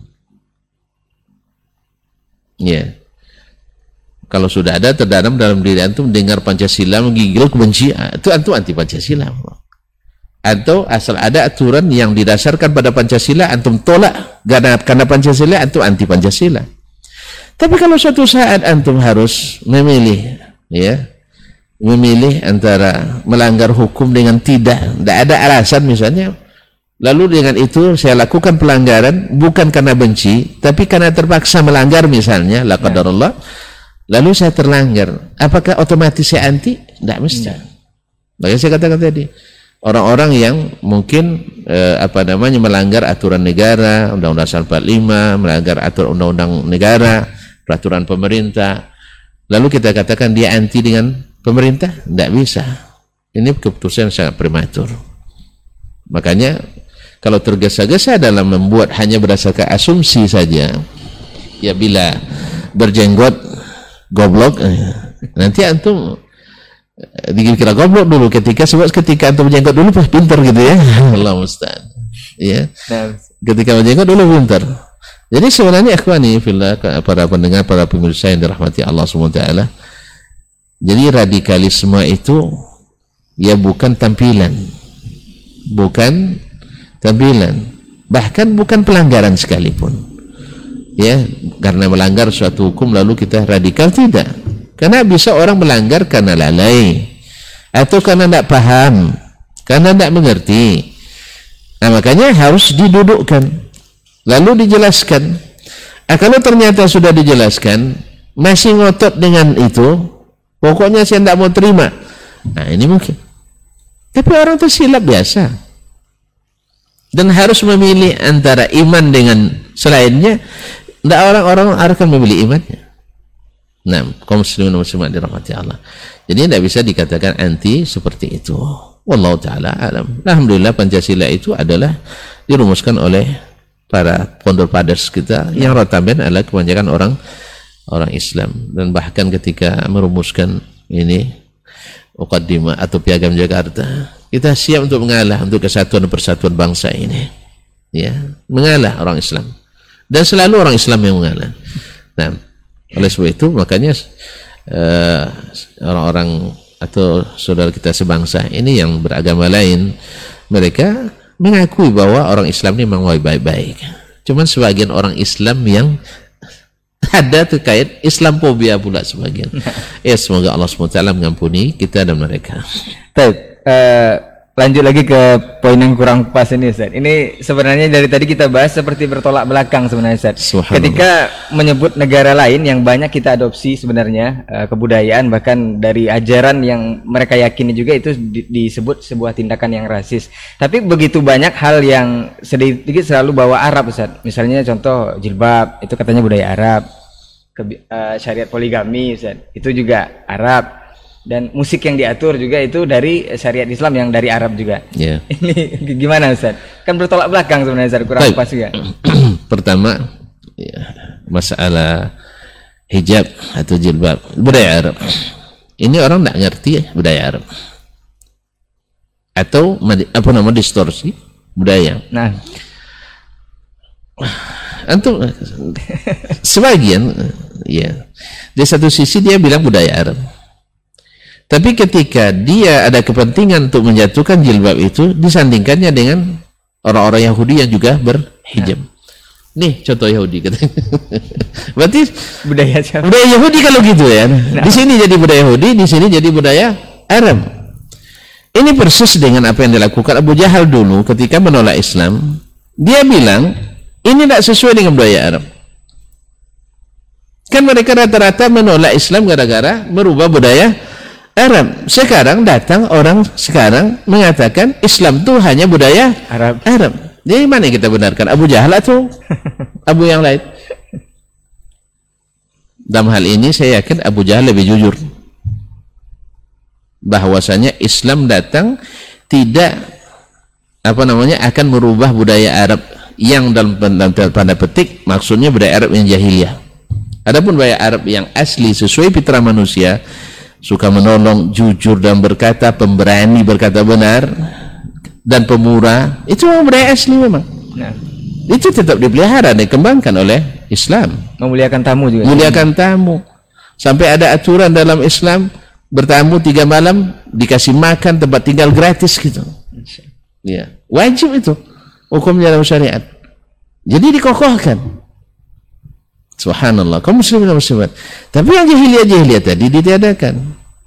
Ya. Kalau sudah ada terdalam dalam diri antum dengar Pancasila menggigil kebencian, itu antum anti Pancasila. Atau asal ada aturan yang didasarkan pada Pancasila antum tolak karena, karena Pancasila antum anti Pancasila. Tapi kalau suatu saat antum harus memilih, ya, memilih antara melanggar hukum dengan tidak, tidak ada alasan misalnya, lalu dengan itu saya lakukan pelanggaran bukan karena benci, tapi karena terpaksa melanggar misalnya, la qadarullah, lalu saya terlanggar, apakah otomatis saya anti? Tidak mesti. Bagaimana saya katakan tadi, orang-orang yang mungkin eh, apa namanya melanggar aturan negara, Undang-Undang Dasar empat puluh lima, melanggar aturan undang-undang negara, peraturan pemerintah. Lalu kita katakan dia anti dengan pemerintah? Tidak bisa. Ini keputusan sangat prematur. Makanya kalau tergesa-gesa dalam membuat hanya berdasarkan asumsi saja, ya bila berjenggot goblok, nanti antum dikira goblok dulu ketika sebab ketika antum berjenggot dulu pas pintar gitu ya. Allah musta'an. Ya. Ketika berjenggot dulu pintar. Jadi sebenarnya ikhwani fillah, para pendengar, para pemirsa yang dirahmati Allah Subhanahu wa taala, jadi radikalisme itu ya bukan tampilan. Bukan tampilan, bahkan bukan pelanggaran sekalipun. Ya, karena melanggar suatu hukum lalu kita radikal, tidak. Karena bisa orang melanggar karena lalai atau karena tidak paham, karena tidak mengerti. Nah, makanya harus didudukkan lalu dijelaskan. Nah, kalau ternyata sudah dijelaskan masih ngotot dengan itu, pokoknya saya tidak mau terima, nah ini mungkin. Tapi orang itu silap biasa dan harus memilih antara iman dengan selainnya. Tidak, orang-orang akan memilih imannya. Nah, kaum muslimin dan muslimat dirahmati Allah. Jadi tidak bisa dikatakan anti seperti itu. Wallahu taala alam. Alhamdulillah Pancasila itu adalah dirumuskan oleh para founder fathers kita yang rotaben adalah kebanyakan orang orang Islam, dan bahkan ketika merumuskan ini Muqaddimah atau Piagam Jakarta, kita siap untuk mengalah untuk kesatuan dan persatuan bangsa ini. Ya, mengalah orang Islam. Dan selalu orang Islam yang mengalah. Nah, oleh sebab itu makanya uh, orang-orang atau saudara kita sebangsa ini yang beragama lain, mereka mengakui bahwa orang Islam ini memang baik-baik. Cuman sebagian orang Islam yang ada terkait Islamophobia pula sebagian. Ya, semoga Allah subhanahu wa taala mengampuni kita dan mereka.
Baik, uh, lanjut lagi ke poin yang kurang pas ini, Ustaz. Ini sebenarnya dari tadi kita bahas seperti bertolak belakang sebenarnya, Ustaz. Ketika menyebut negara lain yang banyak kita adopsi sebenarnya uh, kebudayaan, bahkan dari ajaran yang mereka yakini juga itu di, disebut sebuah tindakan yang rasis. Tapi begitu banyak hal yang sedikit selalu bawa Arab, Ustaz. Misalnya contoh jilbab, itu katanya budaya Arab. Ke, uh, syariat poligami, Ustaz, itu juga Arab. Dan musik yang diatur juga itu dari syariat Islam yang dari Arab juga. Yeah. Ini gimana, Ustaz? Kan bertolak belakang sebenarnya, Ustaz, kurang pas juga.
Pertama, ya, masalah hijab atau jilbab, budaya Arab. Ini orang tidak ngerti ya, budaya Arab. Atau apa nama distorsi budaya. Nah, antum sebagian ya, di satu sisi dia bilang budaya Arab. Tapi ketika dia ada kepentingan untuk menjatuhkan jilbab itu, disandingkannya dengan orang-orang Yahudi yang juga berhijab. Nah. Nih contoh Yahudi katanya. Berarti budaya siapa? Budaya Yahudi kalau gitu ya. Nah. Di sini jadi budaya Yahudi, di sini jadi budaya Arab. Ini persis dengan apa yang dilakukan Abu Jahal dulu ketika menolak Islam. Dia bilang ini tidak sesuai dengan budaya Arab. Kan mereka rata-rata menolak Islam gara-gara merubah budaya Arab. Sekarang datang orang sekarang mengatakan Islam itu hanya budaya Arab. Arab. Jadi mana yang kita benarkan? Abu Jahal atau Abu yang lain? Dalam hal ini saya yakin Abu Jahal lebih jujur. Bahwasanya Islam datang tidak apa namanya akan merubah budaya Arab yang dalam tanda petik maksudnya budaya Arab yang jahiliyah. Adapun budaya Arab yang asli sesuai fitrah manusia, suka menolong, jujur dan berkata, pemberani berkata benar, dan pemurah, itu memang budaya asli memang. Nah, itu tetap dipelihara dan dikembangkan oleh Islam.
Memuliakan tamu juga.
Memuliakan tamu. Sampai ada aturan dalam Islam, bertamu tiga malam dikasih makan, tempat tinggal gratis gitu. Ya, wajib itu hukumnya dalam syariat. Jadi dikokohkan. Subhanallah, kaum muslimin dan muslimat. Tapi yang jahiliyah-jahiliyah tadi ditiadakan.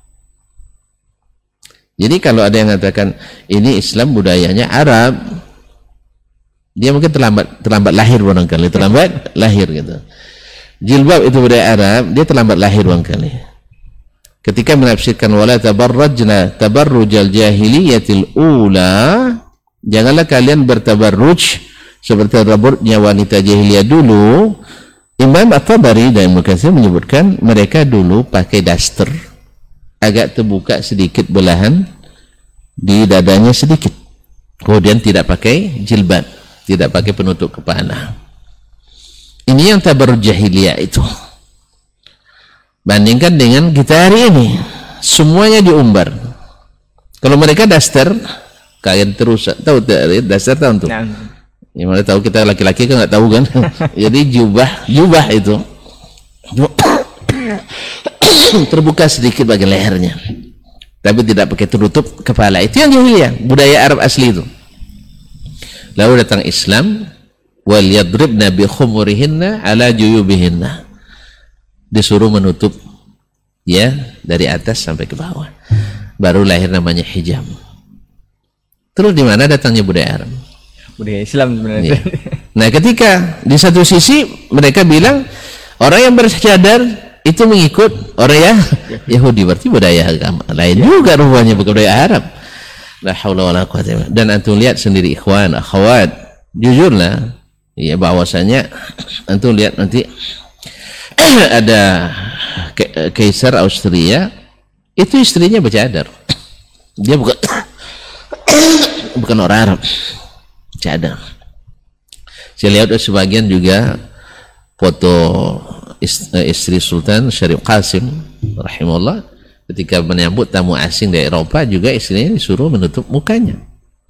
Jadi kalau ada yang mengatakan ini Islam budayanya Arab, dia mungkin terlambat terlambat lahir barangkali, terlambat lahir gitu. Jilbab itu budaya Arab, dia terlambat lahir barangkali. ketika menafsirkan wala tabarrajna tabarrujal jahiliyatil ula, janganlah kalian bertabarruj seperti tabarrujnya wanita jahiliyah dulu. Imam At-Tabari dan Ibnu Katsir menyebutkan mereka dulu pakai daster, agak terbuka sedikit belahan di dadanya sedikit, kemudian tidak pakai jilbab, tidak pakai penutup kepala. Ini yang tabarruj jahiliyah itu. Bandingkan dengan kita hari ini, semuanya diumbar. Kalau mereka daster, kalian terus tahu daster tahu tuh. Nah. Ya, mana tahu kita laki-laki kan nggak tahu kan. Jadi jubah, jubah itu terbuka sedikit bagian lehernya, tapi tidak pakai tutup kepala. Itu yang jahiliyah, budaya Arab asli itu. Lalu datang Islam, wal yadribna bi khumurihinna ala juyubihinna, disuruh menutup ya dari atas sampai ke bawah. Baru lahir namanya hijab. Terus di mana datangnya budaya Arab? Budaya Islam sebenarnya. Ya. Nah, ketika di satu sisi mereka bilang orang yang bercadar itu mengikut orang ya Yahudi, berarti budaya agama lain ya. Juga rupanya bukan budaya Arab. La haula wala quwwata illa billah. Dan antum lihat sendiri ikhwan, akhwat, jujurlah ya bahwasanya antum lihat nanti ada ke Kaisar Austria itu istrinya bercadar. Dia bukan bukan orang Arab. Cadar. Saya lihat sebagian juga foto istri Sultan Syarif Qasim rahimahullah ketika menyambut tamu asing dari Eropa, juga istrinya disuruh menutup mukanya.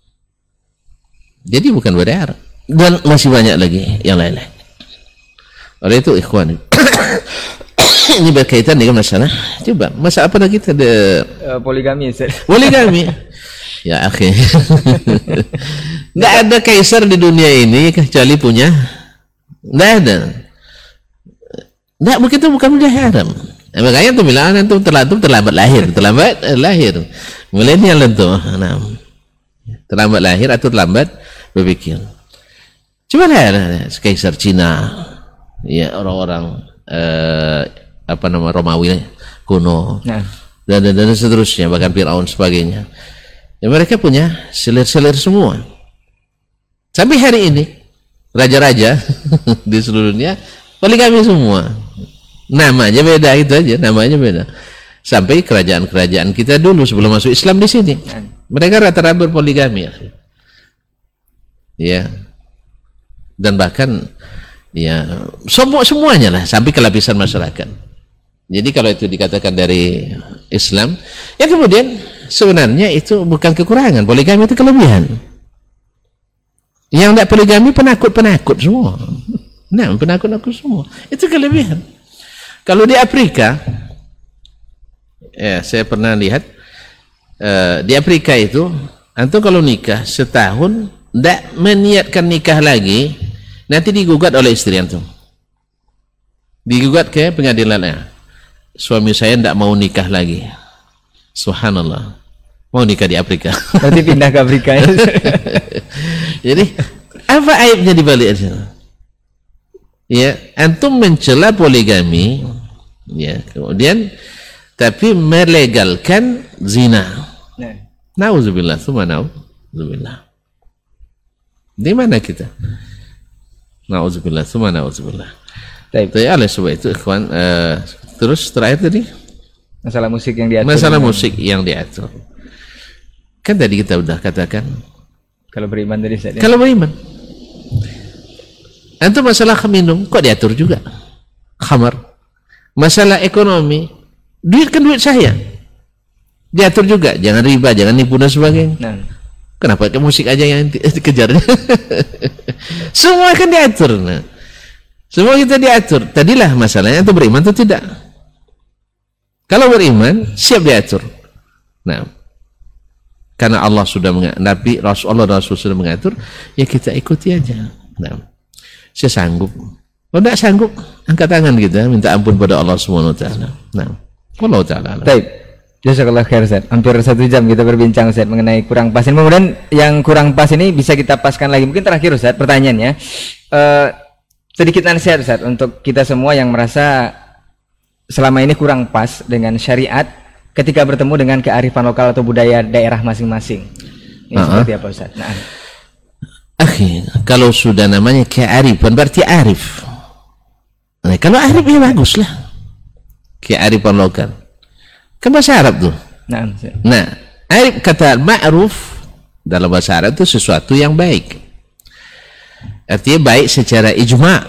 Jadi bukan budaya Arab. Dan masih banyak lagi yang lain-lain. Oleh itu ikhwan, ini berkaitan dengan masalah, coba masa apa lagi kita ada uh, poligami Ustaz. Poligami. Ya akhi. Nggak ada kaisar di dunia ini kecuali punya, nggak ada. Nggak, begitu bukan budaya Arab. Eh, makanya tuh bilang itu terlambat, terlambat lahir, terlambat eh, lahir. Milenial itu, nah, terlambat lahir atau terlambat berpikir. Coba lihat kaisar Cina, ya orang-orang eh, apa nama Romawi kuno, nah. dan, dan dan seterusnya, bahkan Firaun sebagainya. Ya, mereka punya selir-selir semua. Sampai hari ini raja-raja di seluruh dunia poligami semua. Namanya beda, itu aja, namanya beda. Sampai kerajaan-kerajaan kita dulu sebelum masuk Islam di sini, mereka rata-rata berpoligami. Ya. Dan bahkan ya semua semuanya lah sampai ke lapisan masyarakat. Jadi kalau itu dikatakan dari Islam, ya kemudian sebenarnya itu bukan kekurangan, poligami itu kelebihan. Yang tidak poligami penakut-penakut semua. Nah, penakut-penakut semua. Itu kelebihan. Kalau di Afrika, ya saya pernah lihat uh, di Afrika itu, antum kalau nikah setahun tidak meniatkan nikah lagi, nanti digugat oleh istri antum. Digugat ke pengadilannya. Suami saya tidak mau nikah lagi. Subhanallah. Mau nikah di Afrika. Nanti pindah ke Afrika. Jadi apa aibnya di balik itu? Ya, antum mencela poligami, ya, kemudian tapi melegalkan zina. Nauzubillah, tsumma nauzubillah. Di mana kita? Nauzubillah, tsumma nauzubillah. Baik, oleh sebab itu ikhwan, uh, terus terakhir tadi masalah musik yang diatur. Masalah musik yang diatur. Kan tadi kita udah katakan kalau beriman tadi saya. Kalau beriman. Antum masalah minum kok diatur juga. Khamar. Masalah ekonomi, duit kan duit saya. Diatur juga, jangan riba, jangan nipu dan sebagainya. Nah. Kenapa ke musik aja yang dikejarnya? Semua kan diatur. Nah. Semua kita diatur. Tadilah masalahnya itu beriman atau tidak. Kalau beriman, siap diatur. Nah, karena Allah sudah mengatur, Nabi, Rasulullah, Rasul sudah mengatur, ya kita ikuti aja. Nah, saya sanggup. Kalau tidak sanggup, angkat tangan kita, minta ampun pada Allah Subhanahu Wa Taala. Nah, Allah Taala. Baik. Jazakallah khair Ustaz. Hampir satu jam kita berbincang Ustaz mengenai kurang pas. Kemudian yang kurang pas ini bisa kita paskan lagi. Mungkin terakhir Ustaz, pertanyaannya. Uh, sedikit nasihat Ustaz untuk kita semua yang merasa selama ini kurang pas dengan syariat
ketika bertemu dengan kearifan lokal atau budaya daerah masing-masing. Ini uh-huh. seperti apa Ustaz? Nah,
Akhi, kalau sudah namanya kearifan berarti arif. Nah, kalau arif ya bagus lah. Kearifan lokal. Kan bahasa Arab tuh.
Nah,
nah arif kata ma'ruf dalam bahasa Arab itu sesuatu yang baik. Artinya baik secara ijma'.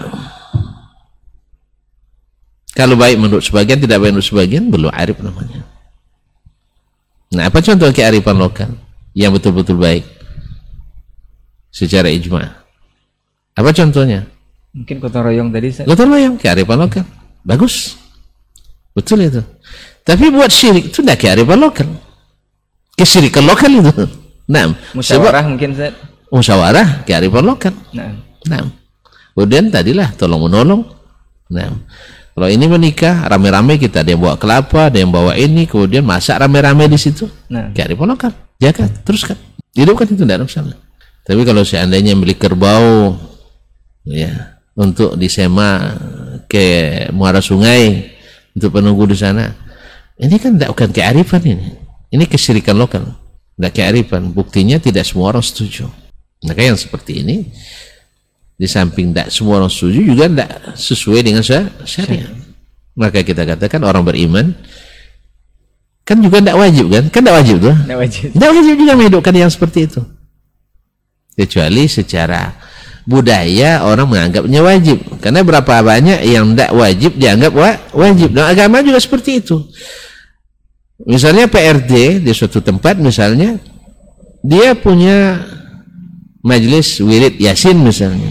Kalau baik menurut sebagian, tidak baik menurut sebagian, belum arif namanya. Nah, apa contoh kearifan lokal yang betul-betul baik secara ijma'? Apa contohnya?
Mungkin gotong royong tadi.
Gotong royong, kearifan lokal. Bagus. Betul itu. Tapi buat syirik itu tidak kearifan lokal. Kesyirikan lokal itu. Nah,
musyawarah sebab, mungkin Zat.
Musyawarah kearifan lokal. Nah. Nah. Kemudian tadilah tolong menolong. Nah. Kalau ini menikah rame-rame, kita ada yang bawa kelapa, ada yang bawa ini, kemudian masak rame-rame di situ. Nah. Kearifan lokal. Jaga, teruskan. Hidupkan itu tidak ada masalah. Tapi kalau seandainya beli kerbau ya, untuk disema ke muara sungai untuk penunggu di sana, ini kan tidak bukan kearifan ini. Ini kesyirikan lokal. Tidak kearifan. Buktinya tidak semua orang setuju. Maka yang seperti ini, di samping tidak semua orang setuju, juga tidak sesuai dengan syariat. Maka kita katakan orang beriman kan juga tidak wajib kan? Kan tidak wajib tuh. Tidak wajib. Tidak wajib juga menghidupkan yang seperti itu. Kecuali secara budaya orang menganggapnya wajib. Karena berapa banyak yang tidak wajib dianggap wajib. Dan agama juga seperti itu. Misalnya P R T di suatu tempat, misalnya dia punya majelis wirid yasin misalnya,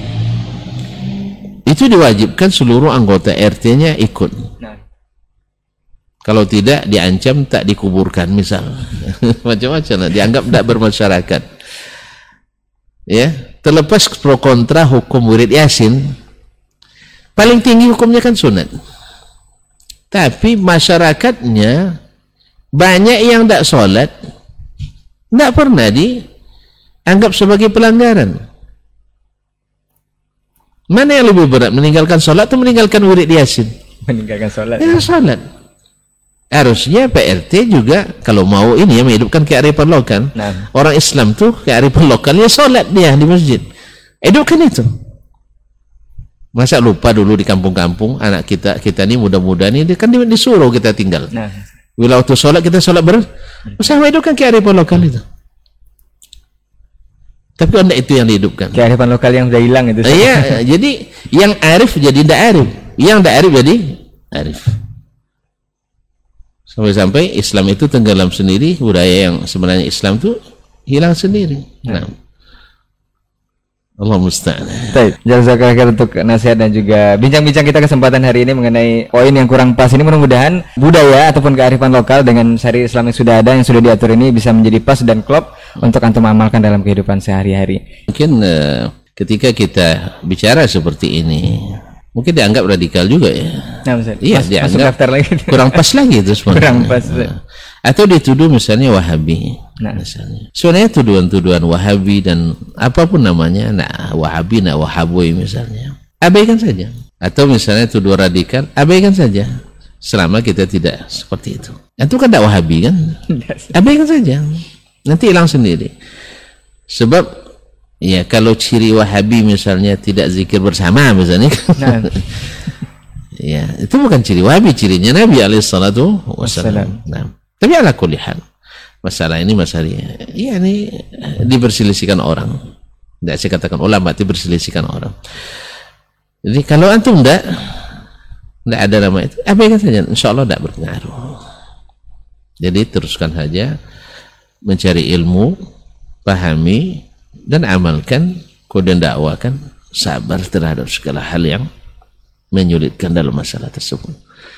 itu diwajibkan seluruh anggota R T-nya ikut. Nah. Kalau tidak diancam tak dikuburkan misalnya. Macam-macam lah, dianggap tidak bermasyarakat. Ya, terlepas pro kontra hukum wirid yasin, paling tinggi hukumnya kan sunat. Tapi masyarakatnya banyak yang tidak sholat, tidak pernah dianggap sebagai pelanggaran. Mana yang lebih berat, meninggalkan sholat atau meninggalkan wirid yasin?
Meninggalkan sholat.
Ya, sholat. Harusnya P R T juga kalau mau ini ya, menghidupkan kearifan lokal. Nah. Orang Islam tuh kearifan lokalnya sholat dia di masjid. Hidupkan itu. Masa lupa dulu di kampung-kampung anak kita kita ini muda-muda nih kan disuruh kita tinggal. Nah. Bila waktu sholat kita sholat ber, sama hidupkan kearifan lokal itu. Tapi anda itu yang dihidupkan.
Kearifan lokal yang sudah hilang itu.
Iya, jadi yang arif jadi tidak arif, yang tidak arif jadi arif. Sampai-sampai Islam itu tenggelam sendiri, budaya yang sebenarnya Islam itu hilang sendiri. Nah, Allah musta'an.
Baik, jazakallahu khairan untuk nasihat dan juga bincang-bincang kita kesempatan hari ini mengenai poin yang kurang pas ini. Mudah-mudahan budaya ataupun kearifan lokal dengan syariat Islam yang sudah ada, yang sudah diatur ini bisa menjadi pas dan klop untuk antum amalkan dalam kehidupan sehari-hari.
Mungkin uh, ketika kita bicara seperti ini, mungkin dianggap radikal juga ya.
Nah, Ustaz,
iya,
mas,
dianggap
lagi.
kurang pas lagi itu sebenarnya.
Kurang pas.
Nah, atau dituduh misalnya Wahabi. Nah, misalnya. Sebenarnya tuduhan-tuduhan Wahabi dan apapun namanya, nah Wahabi, nah Wahabui misalnya, abaikan saja. Atau misalnya tuduh radikal, abaikan saja. Selama kita tidak seperti itu. Itu kan tidak Wahabi kan? Abaikan saja. Nanti hilang sendiri. Sebab ya kalau ciri Wahabi misalnya tidak zikir bersama misalnya, nah. Ya itu bukan ciri Wahabi, cirinya Nabi alaihi salatu wassalam. Nah, tapi ala kulli hal, masalah ini masalahnya, ya ini diperselisihkan orang. Tidak saya katakan ulama, diperselisihkan orang. Jadi kalau antum tidak, tidak ada nama itu, abaikan saja. Insya Allah tidak berpengaruh. Jadi teruskan saja mencari ilmu, pahami dan amalkan, kemudian dakwakan, sabar terhadap segala hal yang menyulitkan dalam masalah tersebut.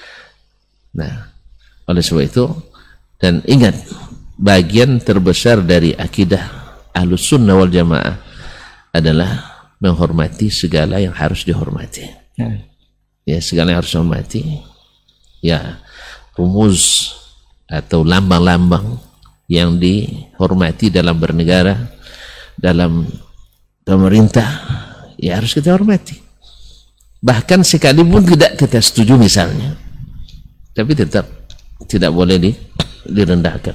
Nah, oleh sebab itu, dan ingat, bagian terbesar dari akidah Ahlus Sunnah wal Jamaah adalah menghormati segala yang harus dihormati. Ya, ya segala yang harus dihormati. Ya, rumus atau lambang-lambang yang dihormati dalam bernegara, dalam pemerintah, ya harus kita hormati. Bahkan sekalipun tidak kita setuju misalnya, tapi tetap tidak boleh di, direndahkan.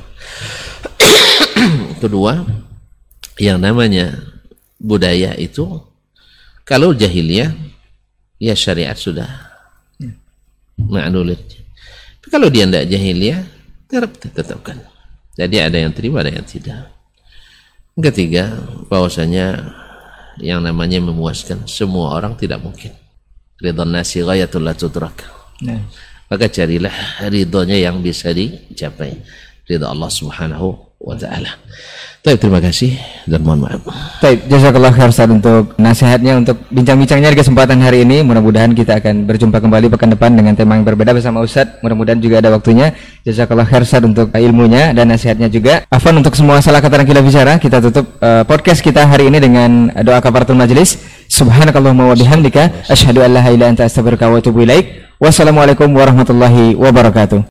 Kedua, yang namanya budaya itu kalau jahiliyah ya syariat sudah ma'nulit. Kalau dia tidak jahiliyah tetap tetapkan. Jadi ada yang terima, ada yang tidak. Ketiga, bahwasanya yang namanya memuaskan semua orang tidak mungkin. Ridhan nasi ghayatul la tudrak. Nah. Maka carilah ridhonya yang bisa dicapai, ridha Allah Subhanahu wa ta'ala. Baik, terima kasih dan mohon maaf.
Baik, jazakallah khair Ustaz untuk nasihatnya, untuk bincang-bincangnya di kesempatan hari ini. Mudah-mudahan kita akan berjumpa kembali pekan depan dengan tema yang berbeda bersama Ustaz. Mudah-mudahan juga ada waktunya. Jazakallah khair Ustaz untuk ilmunya dan nasihatnya juga. Afwan untuk semua salah kata dan khilaf bicara. Kita tutup uh, podcast kita hari ini dengan doa kafaratul majlis. Subhanakallahumma wa bihamdika asyhadu an la ilaha illa anta astaghfiruka wa atubu ilaik. Wassalamualaikum warahmatullahi wabarakatuh.